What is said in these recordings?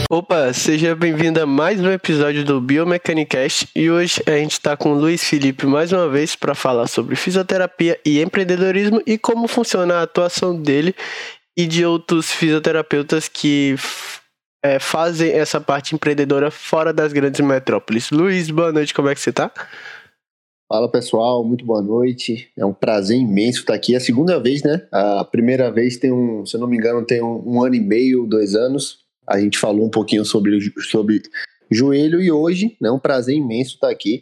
Opa, seja bem-vindo a mais um episódio do Biomecanicast e hoje a gente está com o Luiz Felipe mais uma vez para falar sobre fisioterapia e empreendedorismo e como funciona a atuação dele e de outros fisioterapeutas que fazem essa parte empreendedora fora das grandes metrópoles. Luiz, boa noite, como é que você tá? Fala pessoal, muito boa noite, é um prazer imenso estar aqui, é a segunda vez, né? A primeira vez se eu não me engano, tem um ano e meio, 2 anos, a gente falou um pouquinho sobre joelho e hoje, né, é um prazer imenso estar aqui,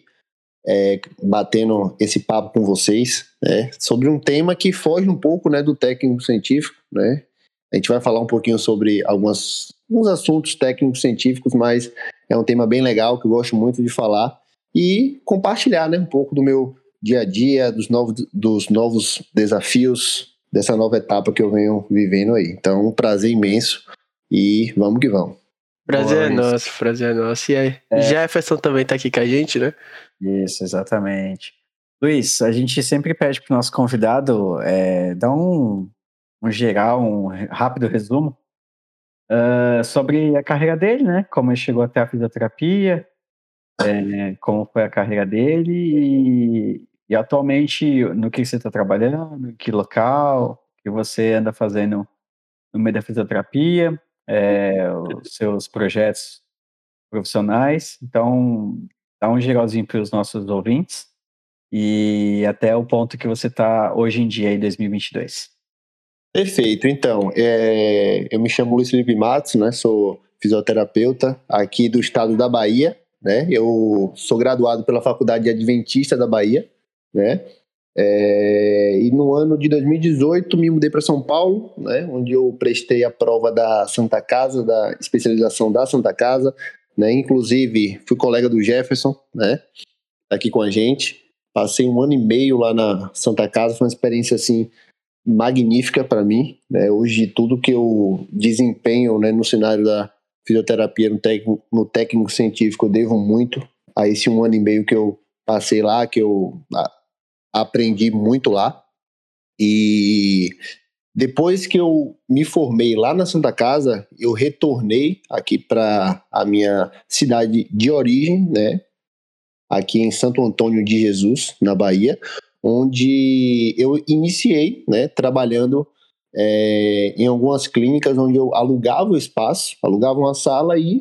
batendo esse papo com vocês, né, sobre um tema que foge um pouco, né, do técnico científico, né? A gente vai falar um pouquinho sobre alguns assuntos técnicos científicos, mas é um tema bem legal que eu gosto muito de falar e compartilhar, né, um pouco do meu dia a dia, dos novos desafios, dessa nova etapa que eu venho vivendo aí. Então, um prazer imenso e vamos que vamos. Prazer é nosso. E aí, Jefferson também tá aqui com a gente, né? Isso, exatamente. Luiz, a gente sempre pede pro nosso convidado dar um geral, um rápido resumo sobre a carreira dele, né? Como ele chegou até a fisioterapia, como foi a carreira dele e atualmente no que você está trabalhando, em que local, o que você anda fazendo no meio da fisioterapia, os seus projetos profissionais. Então, dá um geralzinho para os nossos ouvintes e até o ponto que você está hoje em dia, em 2022. Perfeito, então, eu me chamo Luiz Felipe Matos, né? Sou fisioterapeuta aqui do estado da Bahia, né? Eu sou graduado pela Faculdade Adventista da Bahia, né? E no ano de 2018 me mudei para São Paulo, né? Onde eu prestei a prova da Santa Casa, da especialização da Santa Casa, né? Inclusive fui colega do Jefferson, né? Aqui com a gente. Passei 1 ano e meio lá na Santa Casa, foi uma experiência assim magnífica para mim, né? Hoje tudo que eu desempenho, né, no cenário da fisioterapia no técnico científico eu devo muito a esse 1 ano e meio que eu passei lá, que eu aprendi muito lá. E depois que eu me formei lá na Santa Casa, eu retornei aqui para a minha cidade de origem, né? Aqui em Santo Antônio de Jesus, na Bahia, onde eu iniciei, né, trabalhando em algumas clínicas onde eu alugava o espaço, alugava uma sala e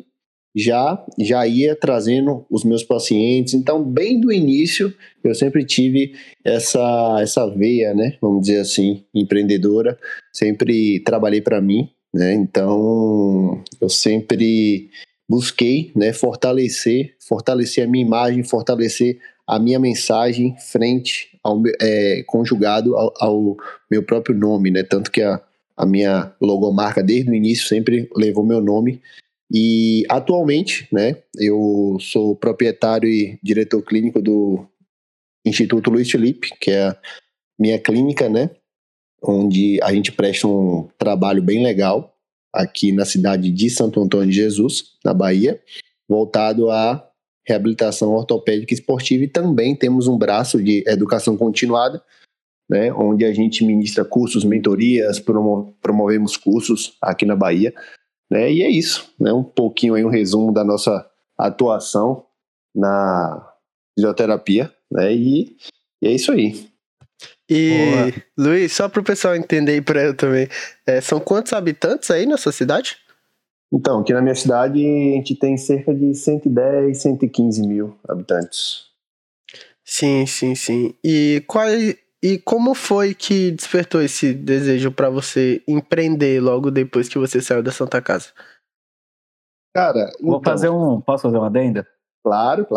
já ia trazendo os meus pacientes. Então, bem do início, eu sempre tive essa veia, né, vamos dizer assim, empreendedora, sempre trabalhei para mim, né, então eu sempre busquei, né, fortalecer a minha imagem, fortalecer a minha mensagem frente ao conjugado ao meu próprio nome, né? Tanto que a minha logomarca desde o início sempre levou meu nome. E atualmente, né, eu sou proprietário e diretor clínico do Instituto Luiz Felipe, que é a minha clínica, né, onde a gente presta um trabalho bem legal aqui na cidade de Santo Antônio de Jesus, na Bahia, voltado à reabilitação ortopédica e esportiva, e também temos um braço de educação continuada, né, onde a gente ministra cursos, mentorias, promovemos cursos aqui na Bahia, né, e é isso, né, um pouquinho aí um resumo da nossa atuação na fisioterapia, né, e é isso aí. E, boa. Luiz, só para o pessoal entender e para eu também, são quantos habitantes aí na sua cidade? Então, aqui na minha cidade a gente tem cerca de 110, 115 mil habitantes. Sim. E como foi que despertou esse desejo para você empreender logo depois que você saiu da Santa Casa? Cara, posso fazer uma adenda? Claro.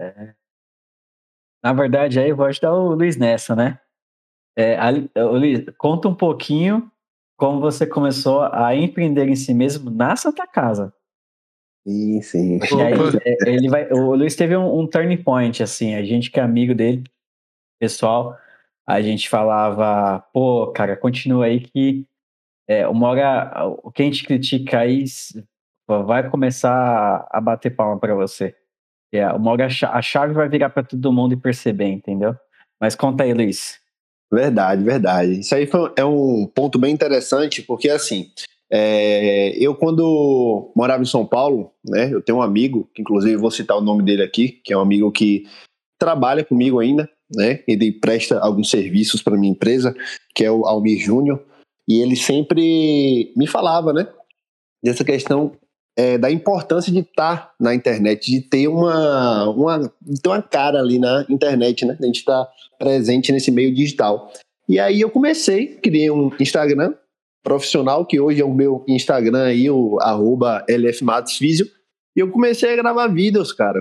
Na verdade, aí eu vou ajudar o Luiz nessa, né? Luiz, conta um pouquinho como você começou a empreender em si mesmo na Santa Casa. Sim. Porque aí o Luiz teve um turning point, assim, a gente que é amigo dele, pessoal, a gente falava, pô, cara, continua aí que uma hora quem te critica aí vai começar a bater palma pra você. Uma hora a chave vai virar pra todo mundo e perceber, entendeu? Mas conta aí, Luiz. Verdade. Isso aí é um ponto bem interessante, porque assim, Eu, quando morava em São Paulo, né, eu tenho um amigo, que inclusive vou citar o nome dele aqui, que é um amigo que trabalha comigo ainda, né, ele presta alguns serviços para minha empresa, que é o Almir Júnior, e ele sempre me falava, né, dessa questão da importância de estar na internet, de ter de ter uma cara ali na internet, né, de a gente estar presente nesse meio digital. E aí eu criei um Instagram profissional, que hoje é o meu Instagram aí, o @lfmatosfisio, e eu comecei a gravar vídeos, cara.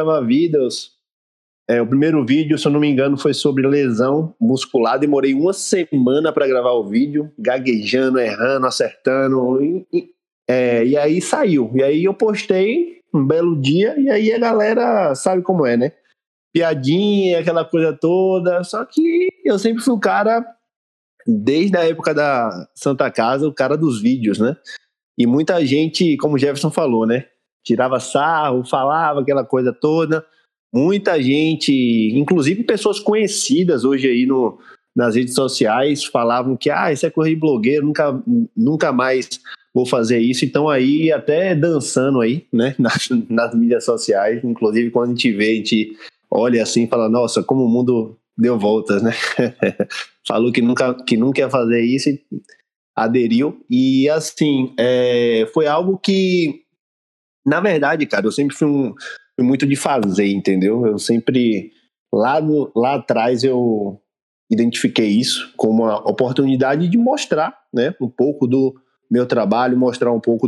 O primeiro vídeo, se eu não me engano, foi sobre lesão muscular. Demorei uma semana para gravar o vídeo, gaguejando, errando, acertando. E aí saiu. E aí eu postei um belo dia, e aí a galera sabe como é, né? Piadinha, aquela coisa toda. Só que eu sempre fui o cara, desde a época da Santa Casa, o cara dos vídeos, né? E muita gente, como o Jefferson falou, né? Tirava sarro, falava aquela coisa toda. Muita gente, inclusive pessoas conhecidas hoje aí nas redes sociais, falavam que isso é coisa de blogueiro, nunca mais vou fazer isso. Então aí, até dançando aí, né? Nas mídias sociais. Inclusive, quando a gente olha assim e fala, nossa, como o mundo deu voltas, né? Falou que nunca ia fazer isso e aderiu. E assim, foi algo que, na verdade, cara, eu sempre fui muito de fazer, entendeu? Eu sempre, lá atrás, eu identifiquei isso como uma oportunidade de mostrar, né, um pouco do meu trabalho, mostrar um pouco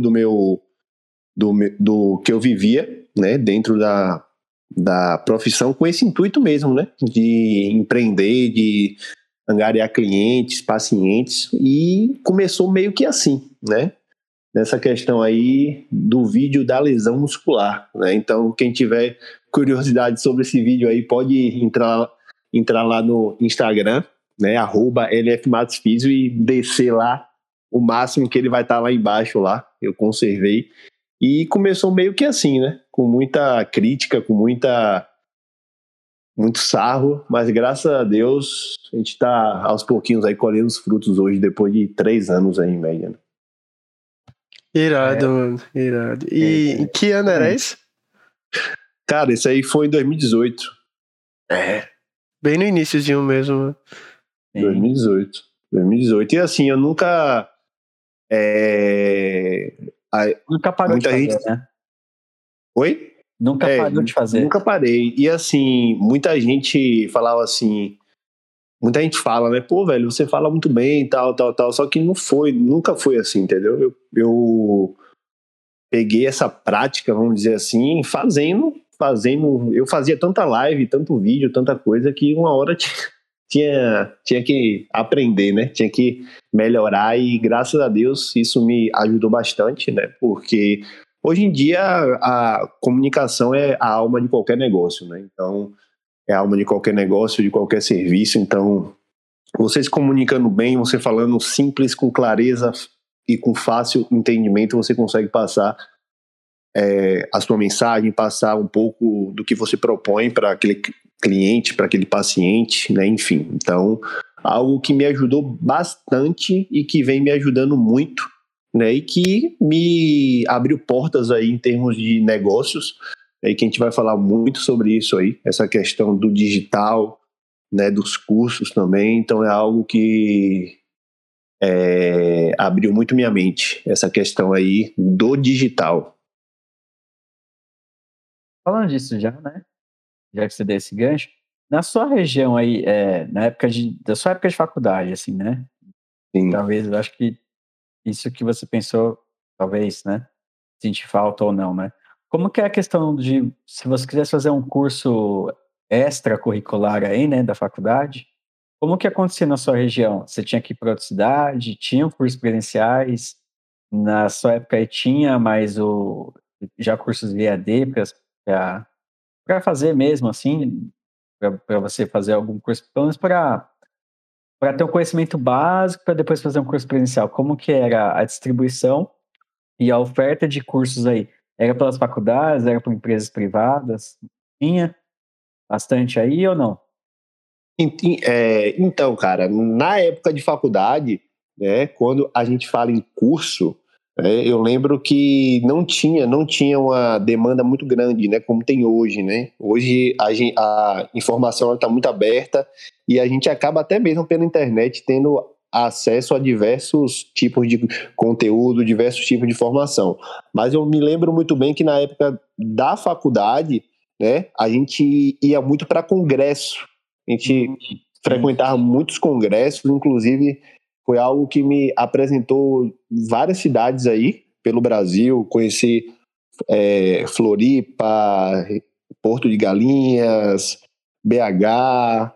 do que eu vivia, né, dentro da profissão, com esse intuito mesmo, né, de empreender, de angariar clientes, pacientes, e começou meio que assim, né, nessa questão aí do vídeo da lesão muscular, né, então quem tiver curiosidade sobre esse vídeo aí, pode entrar lá no Instagram, né, @lfmatosfisio, e descer lá o máximo, que ele vai estar lá embaixo lá, eu conservei. E começou meio que assim, né, com muita crítica, com muito sarro, mas graças a Deus a gente está aos pouquinhos aí colhendo os frutos hoje, depois de 3 anos aí em média, né? Irado, mano, irado. E em que ano era isso? Cara, isso aí foi em 2018. Bem no iníciozinho mesmo, mano. 2018. E assim, eu nunca... Nunca parou de fazer, né? Oi? Nunca parou de fazer. Nunca parei. E assim, muita gente falava assim... Muita gente fala, né? Pô, velho, você fala muito bem, tal. Só que nunca foi assim, entendeu? Eu peguei essa prática, vamos dizer assim, fazendo. Eu fazia tanta live, tanto vídeo, tanta coisa, que uma hora tinha que aprender, né? Tinha que melhorar, e graças a Deus isso me ajudou bastante, né? Porque hoje em dia a comunicação é a alma de qualquer negócio, né? Então, é a alma de qualquer negócio, de qualquer serviço. Então, você se comunicando bem, você falando simples, com clareza e com fácil entendimento, você consegue passar a sua mensagem, passar um pouco do que você propõe para aquele cliente, para aquele paciente, né? Enfim, então, algo que me ajudou bastante e que vem me ajudando muito, né? E que me abriu portas aí em termos de negócios, e que a gente vai falar muito sobre isso aí, essa questão do digital, né? Dos cursos também. Então, é algo que abriu muito minha mente, essa questão aí do digital. Falando disso já, né? Já que você deu esse gancho, na sua região aí, da sua época de faculdade, assim, né? Sim. Talvez, eu acho que isso que você pensou, talvez, né? Sentir falta ou não, né? Como que é a questão de, se você quisesse fazer um curso extracurricular aí, né, da faculdade, como que acontecia na sua região? Você tinha que ir para outra cidade? Tinha cursos presenciais? Na sua época aí tinha, mas já cursos via EAD para fazer mesmo, assim, para você fazer algum curso, pelo menos para ter um conhecimento básico, para depois fazer um curso presencial. Como que era a distribuição e a oferta de cursos aí? Era pelas faculdades, era por empresas privadas? Tinha bastante aí ou não? Então, cara, na época de faculdade, né, quando a gente fala em curso, Eu lembro que não tinha uma demanda muito grande, né, como tem hoje, né? Hoje a informação está muito aberta e a gente acaba até mesmo pela internet tendo acesso a diversos tipos de conteúdo, diversos tipos de informação. Mas eu me lembro muito bem que na época da faculdade, né, a gente ia muito para congresso, a gente frequentava muitos congressos, inclusive foi algo que me apresentou várias cidades aí pelo Brasil. Conheci Floripa, Porto de Galinhas, BH,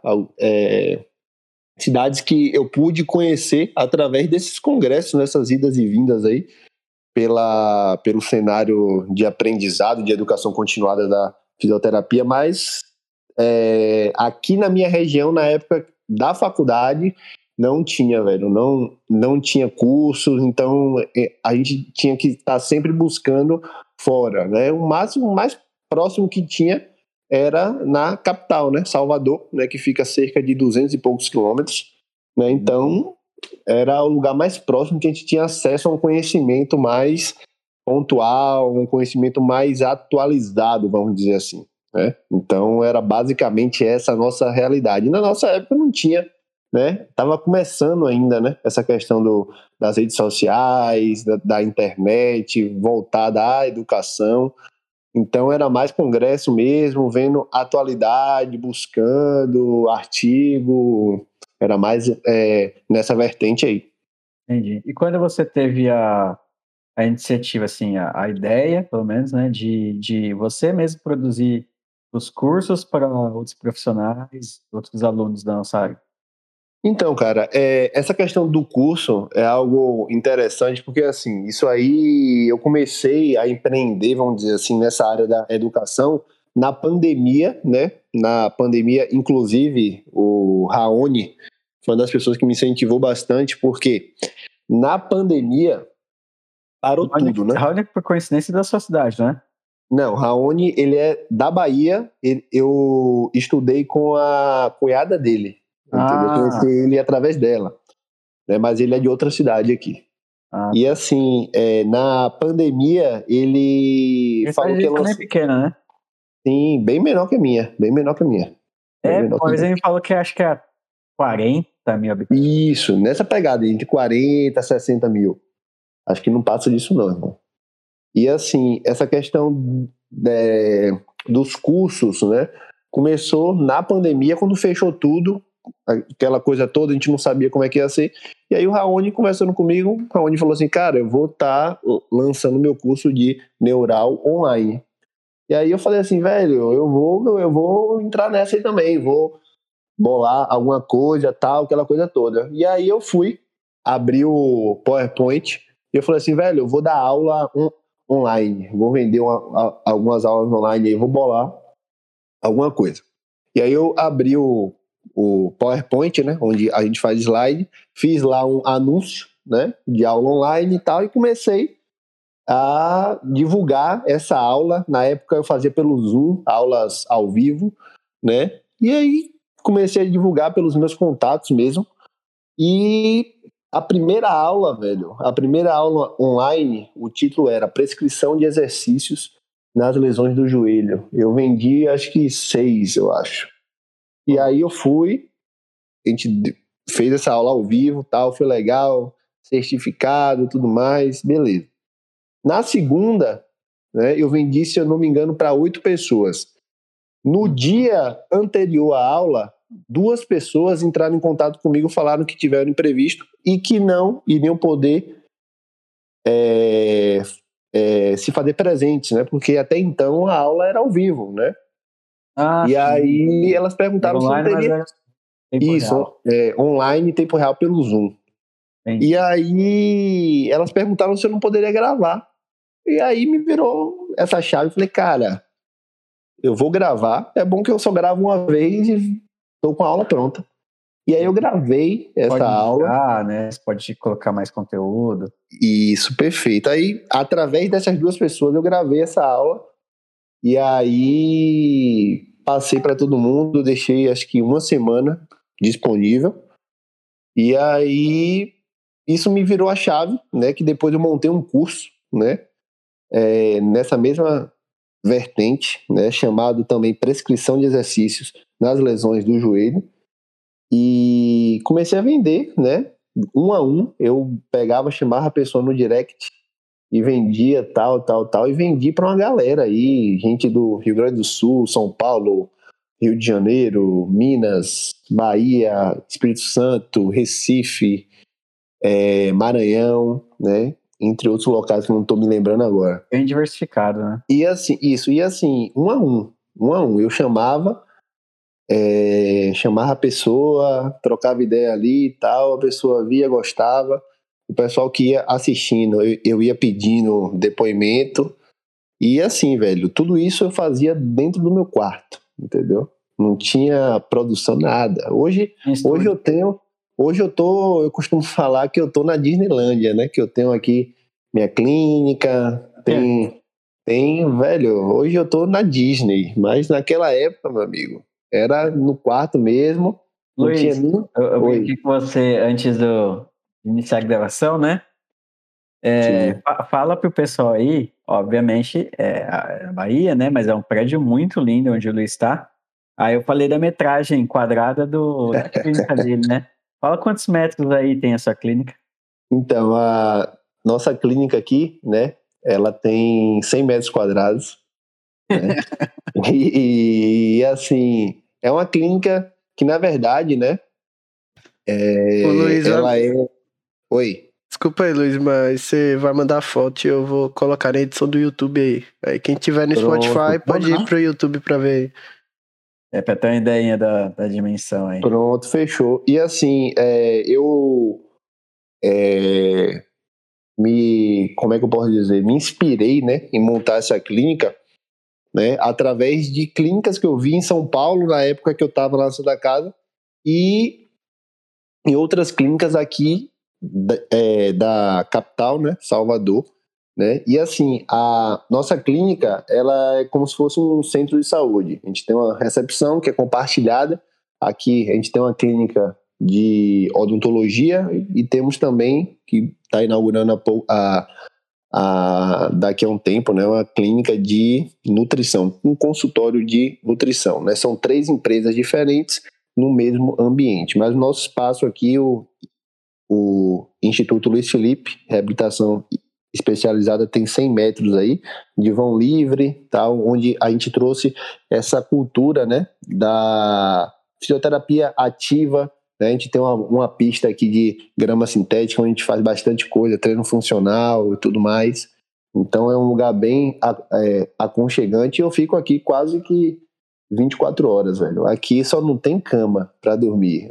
cidades que eu pude conhecer através desses congressos, nessas idas e vindas aí, pelo cenário de aprendizado, de educação continuada da fisioterapia. Mas aqui na minha região, na época da faculdade, não tinha, velho, não tinha cursos, então a gente tinha que estar sempre buscando fora, né? O mais próximo que tinha era na capital, né? Salvador, né? Que fica a cerca de 200 e poucos quilômetros, né? Então era o lugar mais próximo que a gente tinha acesso a um conhecimento mais pontual, um conhecimento mais atualizado, vamos dizer assim, né? Então era basicamente essa a nossa realidade. E na nossa época não tinha, né? Tava começando ainda, né? Essa questão das redes sociais, da internet, voltada à educação. Então era mais congresso mesmo, vendo atualidade, buscando artigo. Era mais nessa vertente aí. Entendi. E quando você teve a iniciativa, assim, a ideia, pelo menos, né, de você mesmo produzir os cursos para outros profissionais, outros alunos da nossa área? Então, cara, essa questão do curso é algo interessante, porque, assim, isso aí eu comecei a empreender, vamos dizer assim, nessa área da educação na pandemia, né? Na pandemia, inclusive, o Raoni foi uma das pessoas que me incentivou bastante, porque na pandemia parou tudo, né? Raoni, por coincidência, da sua cidade, não é? Não, Raoni, ele é da Bahia, eu estudei com a cunhada dele, entendeu? Eu conheci ele através dela, né? Mas ele é de outra cidade aqui. E assim, na pandemia, ele falou que ele também é pequena, né? Sim, bem menor que a minha, bem menor que a minha. Uma vez ele me falou que acho que é 40 mil habitantes. Isso, nessa pegada, entre 40 e 60 mil. Acho que não passa disso não, irmão. E assim, essa questão dos cursos, né? Começou na pandemia, quando fechou tudo, aquela coisa toda, a gente não sabia como é que ia ser. E aí o Raoni conversando comigo, o Raoni falou assim, cara, eu vou estar lançando meu curso de neural online. E aí eu falei assim, velho, eu vou entrar nessa aí também, vou bolar alguma coisa, tal, aquela coisa toda. E aí eu fui, abri o PowerPoint e eu falei assim, velho, eu vou dar aula online, vou vender algumas aulas online aí, vou bolar alguma coisa. E aí eu abri o PowerPoint, né, onde a gente faz slide, fiz lá um anúncio, né, de aula online e tal, e comecei a divulgar essa aula. Na época eu fazia pelo Zoom, aulas ao vivo, né, e aí comecei a divulgar pelos meus contatos mesmo, e a primeira aula, velho, a primeira aula online, o título era Prescrição de Exercícios nas Lesões do Joelho. Eu vendi, acho que 6, eu acho. E aí eu fui, a gente fez essa aula ao vivo, tal, foi legal, certificado, tudo mais, beleza. Na segunda, né, eu vendi, se eu não me engano, para 8 pessoas. No dia anterior à aula, 2 pessoas entraram em contato comigo, falaram que tiveram imprevisto e que não iriam poder se fazer presentes, né? Porque até então a aula era ao vivo, né? E aí elas perguntaram se não teria... Isso, online, em tempo real pelo Zoom. Entendi. E aí elas perguntaram se eu não poderia gravar. E aí me virou essa chave. Eu falei, cara, eu vou gravar. É bom que eu só gravo uma vez e tô com a aula pronta. E aí eu gravei essa aula. Né? Você pode colocar mais conteúdo. Isso, perfeito. Aí, através dessas 2 pessoas, eu gravei essa aula. E aí passei para todo mundo, deixei acho que uma semana disponível. E aí isso me virou a chave, né? Que depois eu montei um curso, né? Nessa mesma vertente, né? Chamado também prescrição de exercícios nas lesões do joelho. E comecei a vender, né? Um a um, eu pegava, chamava a pessoa no direct e vendia tal, e vendi para uma galera aí, gente do Rio Grande do Sul, São Paulo, Rio de Janeiro, Minas, Bahia, Espírito Santo, Recife, Maranhão, né? Entre outros locais que eu não estou me lembrando agora. Bem diversificado, né? E assim, um a um, eu chamava a pessoa, trocava ideia ali e tal, a pessoa via, gostava, o pessoal que ia assistindo, eu ia pedindo depoimento, e assim, velho, tudo isso eu fazia dentro do meu quarto, entendeu? Não tinha produção, nada. Hoje eu costumo falar que eu tô na Disneylândia, né? Que eu tenho aqui minha clínica, velho, hoje eu tô na Disney, mas naquela época, meu amigo, era no quarto mesmo. Luiz, não tinha nem... eu brinquei com você antes de iniciar a gravação, né? Fala pro pessoal aí, obviamente, a Bahia, né? Mas é um prédio muito lindo onde o Luiz está. Aí eu falei da metragem quadrada da clínica dele, né? Fala quantos metros aí tem a sua clínica. Então, a nossa clínica aqui, né? Ela tem 100 metros quadrados. Né? e assim, é uma clínica que, na verdade, né? Luiz, ela é... Oi. Desculpa aí, Luiz, mas você vai mandar foto e eu vou colocar na edição do YouTube aí. Aí quem tiver no Spotify pode ir pro YouTube pra ver aí. Pra ter uma ideia da dimensão aí. Pronto, fechou. E assim, eu como é que eu posso dizer? Me inspirei, né, em montar essa clínica, né, através de clínicas que eu vi em São Paulo, na época que eu estava na Santa Casa, e em outras clínicas aqui da capital, né, Salvador, né, e assim, a nossa clínica, ela é como se fosse um centro de saúde. A gente tem uma recepção que é compartilhada. Aqui a gente tem uma clínica de odontologia e temos também, que está inaugurando daqui a um tempo, né, uma clínica de nutrição, um consultório de nutrição, né? São 3 empresas diferentes no mesmo ambiente, mas o nosso espaço aqui, o Instituto Luiz Felipe, reabilitação especializada, tem 100 metros aí, de vão livre, tal, onde a gente trouxe essa cultura, né, da fisioterapia ativa, né? A gente tem uma pista aqui de grama sintética, onde a gente faz bastante coisa, treino funcional e tudo mais. Então é um lugar bem aconchegante, e eu fico aqui quase que 24 horas, velho. Aqui só não tem cama para dormir.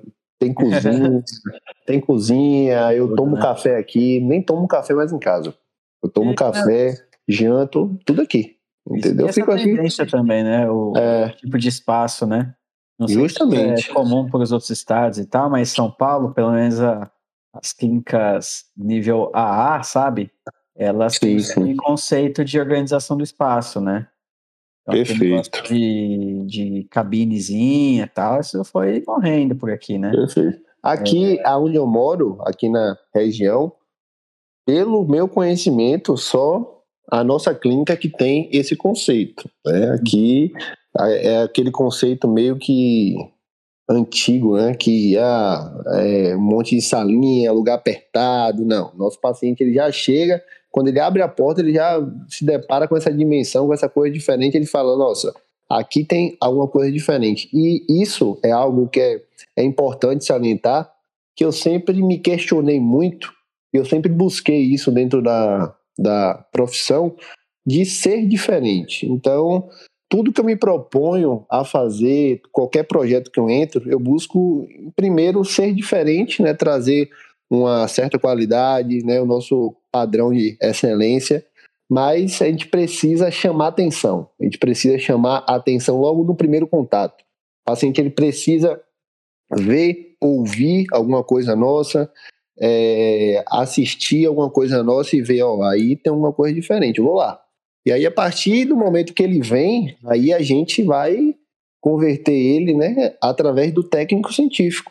Tem cozinha, eu tomo café aqui, nem tomo café mais em casa. Eu tomo café, janto, tudo aqui. Entendeu? Essa tendência também, né? O tipo de espaço, né? Não sei justamente. se é comum para os outros estados e tal, mas São Paulo, pelo menos as clínicas nível AA, sabe? Elas têm esse conceito de organização do espaço, né? Então, perfeito. De cabinezinha e tal, isso foi morrendo por aqui, né? Perfeito. Aqui, onde eu moro, aqui na região, pelo meu conhecimento, só a nossa clínica que tem esse conceito, né? Aqui é aquele conceito meio que antigo, né? Que um monte de salinha, lugar apertado. Não, nosso paciente ele já chega, quando ele abre a porta, ele já se depara com essa dimensão, com essa coisa diferente, ele fala, nossa, aqui tem alguma coisa diferente. E isso é algo que é importante salientar, que eu sempre me questionei muito, eu sempre busquei isso dentro da profissão, de ser diferente. Então, tudo que eu me proponho a fazer, qualquer projeto que eu entro, eu busco, primeiro, ser diferente, né? Trazer uma certa qualidade, né? O nosso padrão de excelência, mas a gente precisa chamar atenção. A gente precisa chamar atenção logo no primeiro contato. O paciente ele precisa ver, ouvir alguma coisa nossa, assistir alguma coisa nossa e ver, aí tem alguma coisa diferente, eu vou lá. E aí, a partir do momento que ele vem, aí a gente vai converter ele, né, através do técnico científico.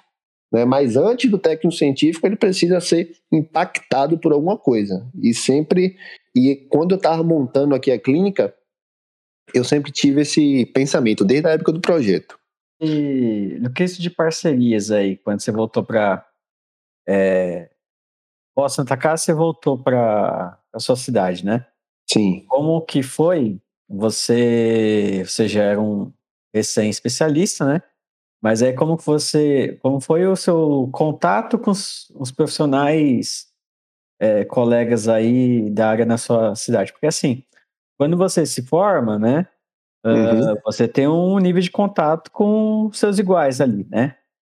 né? Mas antes do técnico científico, ele precisa ser impactado por alguma coisa. E quando eu estava montando aqui a clínica, eu sempre tive esse pensamento, desde a época do projeto. E no quesito de parcerias aí, quando você voltou para Santa Casa, você voltou para a sua cidade, né? Sim. Como que foi? Você já era um recém-especialista, né? Mas aí como foi o seu contato com os profissionais, colegas aí da área na sua cidade? Porque assim, quando você se forma, né? Uhum. Você tem um nível de contato com seus iguais ali, né?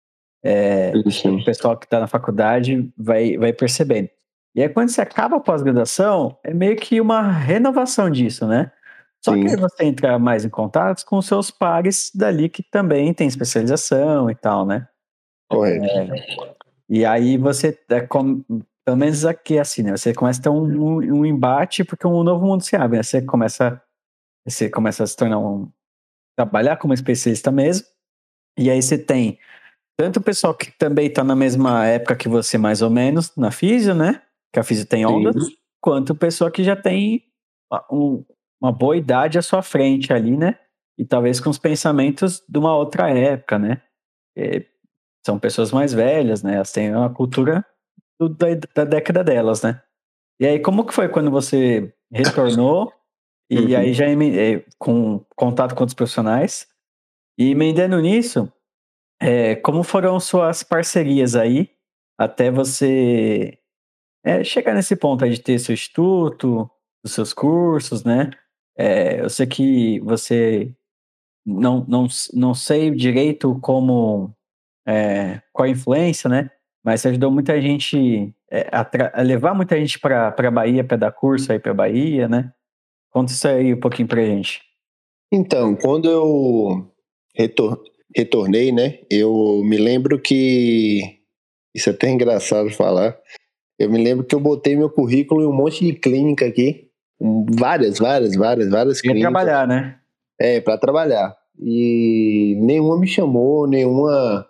O pessoal que está na faculdade vai percebendo. E aí, quando você acaba a pós-graduação, é meio que uma renovação disso, né? Só que aí você entra mais em contato com os seus pares dali que também tem especialização e tal, né? Correto. E aí você, pelo menos aqui é assim, né? Você começa a ter um embate porque um novo mundo se abre, né? Você começa a se tornar trabalhar como especialista mesmo. E aí você tem tanto o pessoal que também está na mesma época que você, mais ou menos, na físio, né? Que a físio tem ondas, quanto o pessoal que já tem uma boa idade à sua frente ali, né? E talvez com os pensamentos de uma outra época, né? São pessoas mais velhas, né? Elas têm uma cultura da década delas, né? E aí, como que foi quando você retornou e aí já com contato com outros profissionais? E emendando nisso, como foram suas parcerias aí até você chegar nesse ponto aí de ter seu instituto, os seus cursos, né? Eu sei que você não sei direito qual a influência, né? Mas você ajudou muita gente a levar muita gente para Bahia, para dar curso aí para Bahia, né? Conta isso aí um pouquinho pra gente. Então, quando eu retornei, né, eu me lembro que, isso é até engraçado falar, eu me lembro que eu botei meu currículo em um monte de clínica aqui, várias Ia clínicas. trabalhar, né? Para trabalhar. E nenhuma me chamou, nenhuma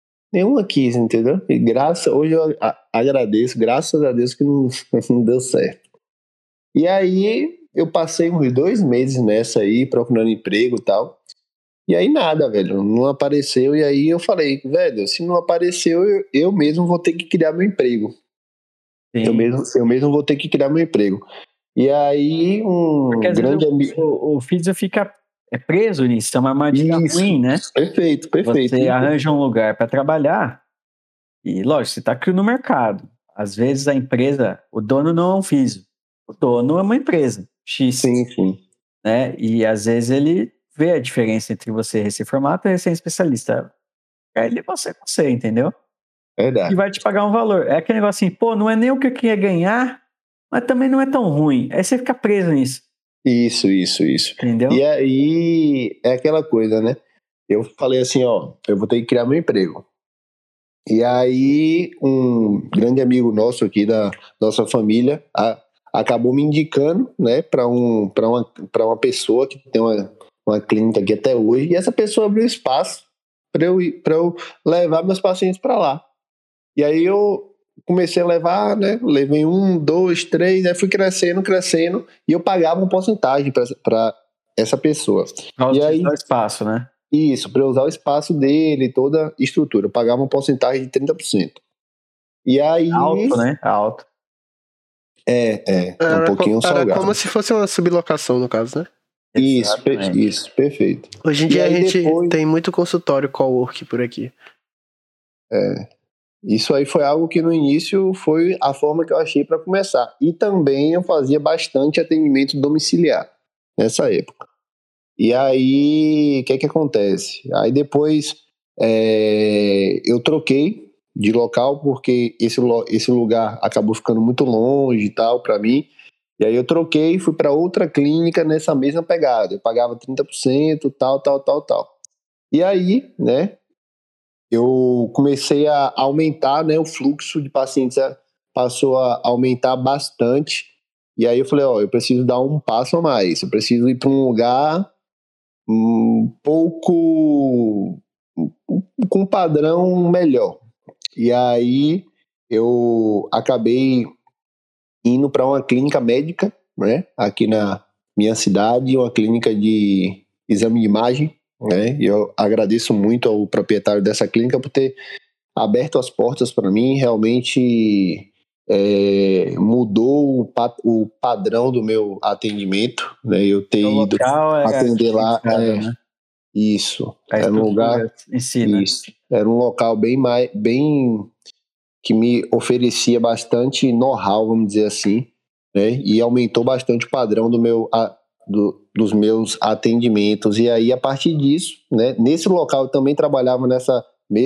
quis, entendeu? E hoje eu agradeço, graças a Deus que não deu certo. E aí eu passei uns 2 meses nessa aí, procurando emprego e tal. E aí nada, velho, não apareceu. E aí eu falei, velho, se não apareceu, eu mesmo vou ter que criar meu emprego. Sim. Eu mesmo vou ter que criar meu emprego. E aí Porque às vezes o físio fica preso nisso, é uma armadilha ruim, né? Perfeito. Você arranja um lugar para trabalhar e, lógico, você está aqui no mercado. Às vezes a empresa, o dono não é um físio, o dono é uma empresa, X. Sim. Né? E às vezes ele vê a diferença entre você recém-formado e recém-especialista. Aí ele você, entendeu? Verdade. E vai te pagar um valor. É aquele negócio assim, pô, não é nem o que eu queria ganhar, mas também não é tão ruim. Aí você fica preso nisso. Isso. Entendeu? E aí é aquela coisa, né? Eu falei assim, ó, eu vou ter que criar meu emprego. E aí um grande amigo nosso aqui da nossa família acabou me indicando, né, para uma pessoa que tem uma clínica aqui até hoje. E essa pessoa abriu espaço para eu levar meus pacientes para lá. E aí eu comecei a levar, né? Levei 1, 2, 3, aí fui crescendo, e eu pagava uma porcentagem para essa pessoa. Pra E aí, utilizar o espaço, né? isso, para eu usar o espaço dele, toda a estrutura, eu pagava uma porcentagem de 30%. E aí. Alto, né? Alto. É um pouquinho salgado. Era como se fosse uma sublocação, no caso, né? Isso, perfeito. Hoje em dia a gente tem muito consultório cowork por aqui. Isso aí foi algo que no início foi a forma que eu achei para começar. E também eu fazia bastante atendimento domiciliar nessa época. E aí, o que acontece? Aí depois eu troquei de local porque esse lugar acabou ficando muito longe e tal para mim. E aí eu troquei e fui para outra clínica nessa mesma pegada. Eu pagava 30%, tal. E aí, né, eu comecei a aumentar, né, o fluxo de pacientes passou a aumentar bastante. E aí eu falei, ó, eu preciso dar um passo a mais. Eu preciso ir para um lugar um pouco com um padrão melhor. E aí eu acabei indo para uma clínica médica, né, aqui na minha cidade, uma clínica de exame de imagem, né, e eu agradeço muito ao proprietário dessa clínica por ter aberto as portas para mim, realmente mudou o padrão do meu atendimento, né, eu ter O ido local era atender lá, diferenciado, né? isso, A era um lugar, estrutura em si, né? isso, era um local bem que me oferecia bastante know-how, vamos dizer assim, né? E aumentou bastante o padrão dos meus atendimentos. E aí, a partir disso, né? Nesse local eu também trabalhava nessa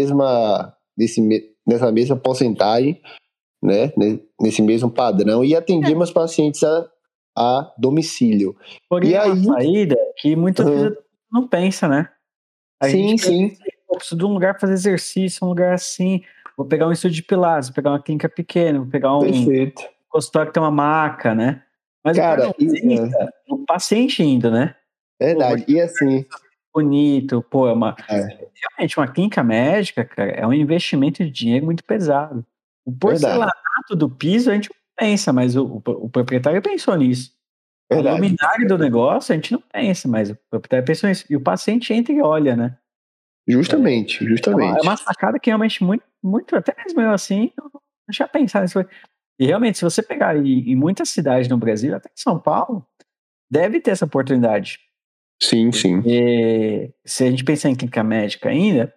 mesma porcentagem, né? Nesse mesmo padrão e atendia meus pacientes a domicílio. Porém, E é uma aí, saída que muitas vezes não pensa, né? A gente sim, pensa sim, assim, pô, preciso de um lugar para fazer exercício, um lugar assim. Vou pegar um estúdio de pilates, vou pegar uma clínica pequena, vou pegar um perfeito. consultório que tem uma maca, né? Mas o cara Cara, não pensa no paciente ainda, né? Pô, vou verdade. E assim, bonito, pô, é realmente uma clínica médica, cara, é um investimento de dinheiro muito pesado. O verdade, porcelanato do piso a gente não pensa, mas o proprietário pensou nisso. A verdade. luminária do negócio a gente não pensa, mas o proprietário pensou nisso. E o paciente entra e olha, né? Justamente, É uma justamente. sacada que realmente muito, até mesmo eu assim, eu não tinha pensado nisso. E realmente, se você pegar em muitas cidades no Brasil, até em São Paulo, deve ter essa oportunidade. Sim, sim. Porque se a gente pensar em clínica médica ainda,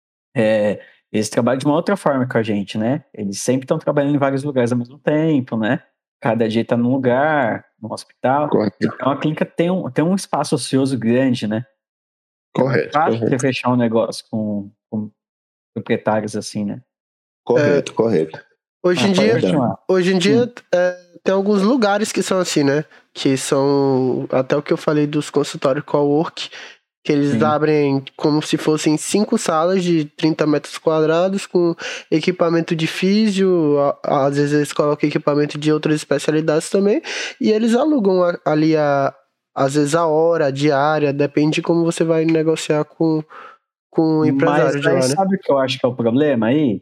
eles trabalham de uma outra forma com a gente, né? Eles sempre estão trabalhando em vários lugares ao mesmo tempo, né? Cada dia está num lugar, num hospital. Correto, Então a clínica tem um espaço ocioso grande, né? É mais correto, fácil você correto, fechar um negócio com proprietários assim, né? É, correto, correto. hoje Mas em pode dia, Verdade. continuar. hoje em dia tem alguns lugares que são assim, né? Que são até o que eu falei dos consultórios cowork, que eles Sim. abrem como se fossem 5 salas de 30 metros quadrados com equipamento de físio, às vezes eles colocam equipamento de outras especialidades também, e eles alugam ali às vezes a hora, a diária, depende de como você vai negociar com o Mas empresário de aí lá, né? sabe o que eu acho que é o problema aí?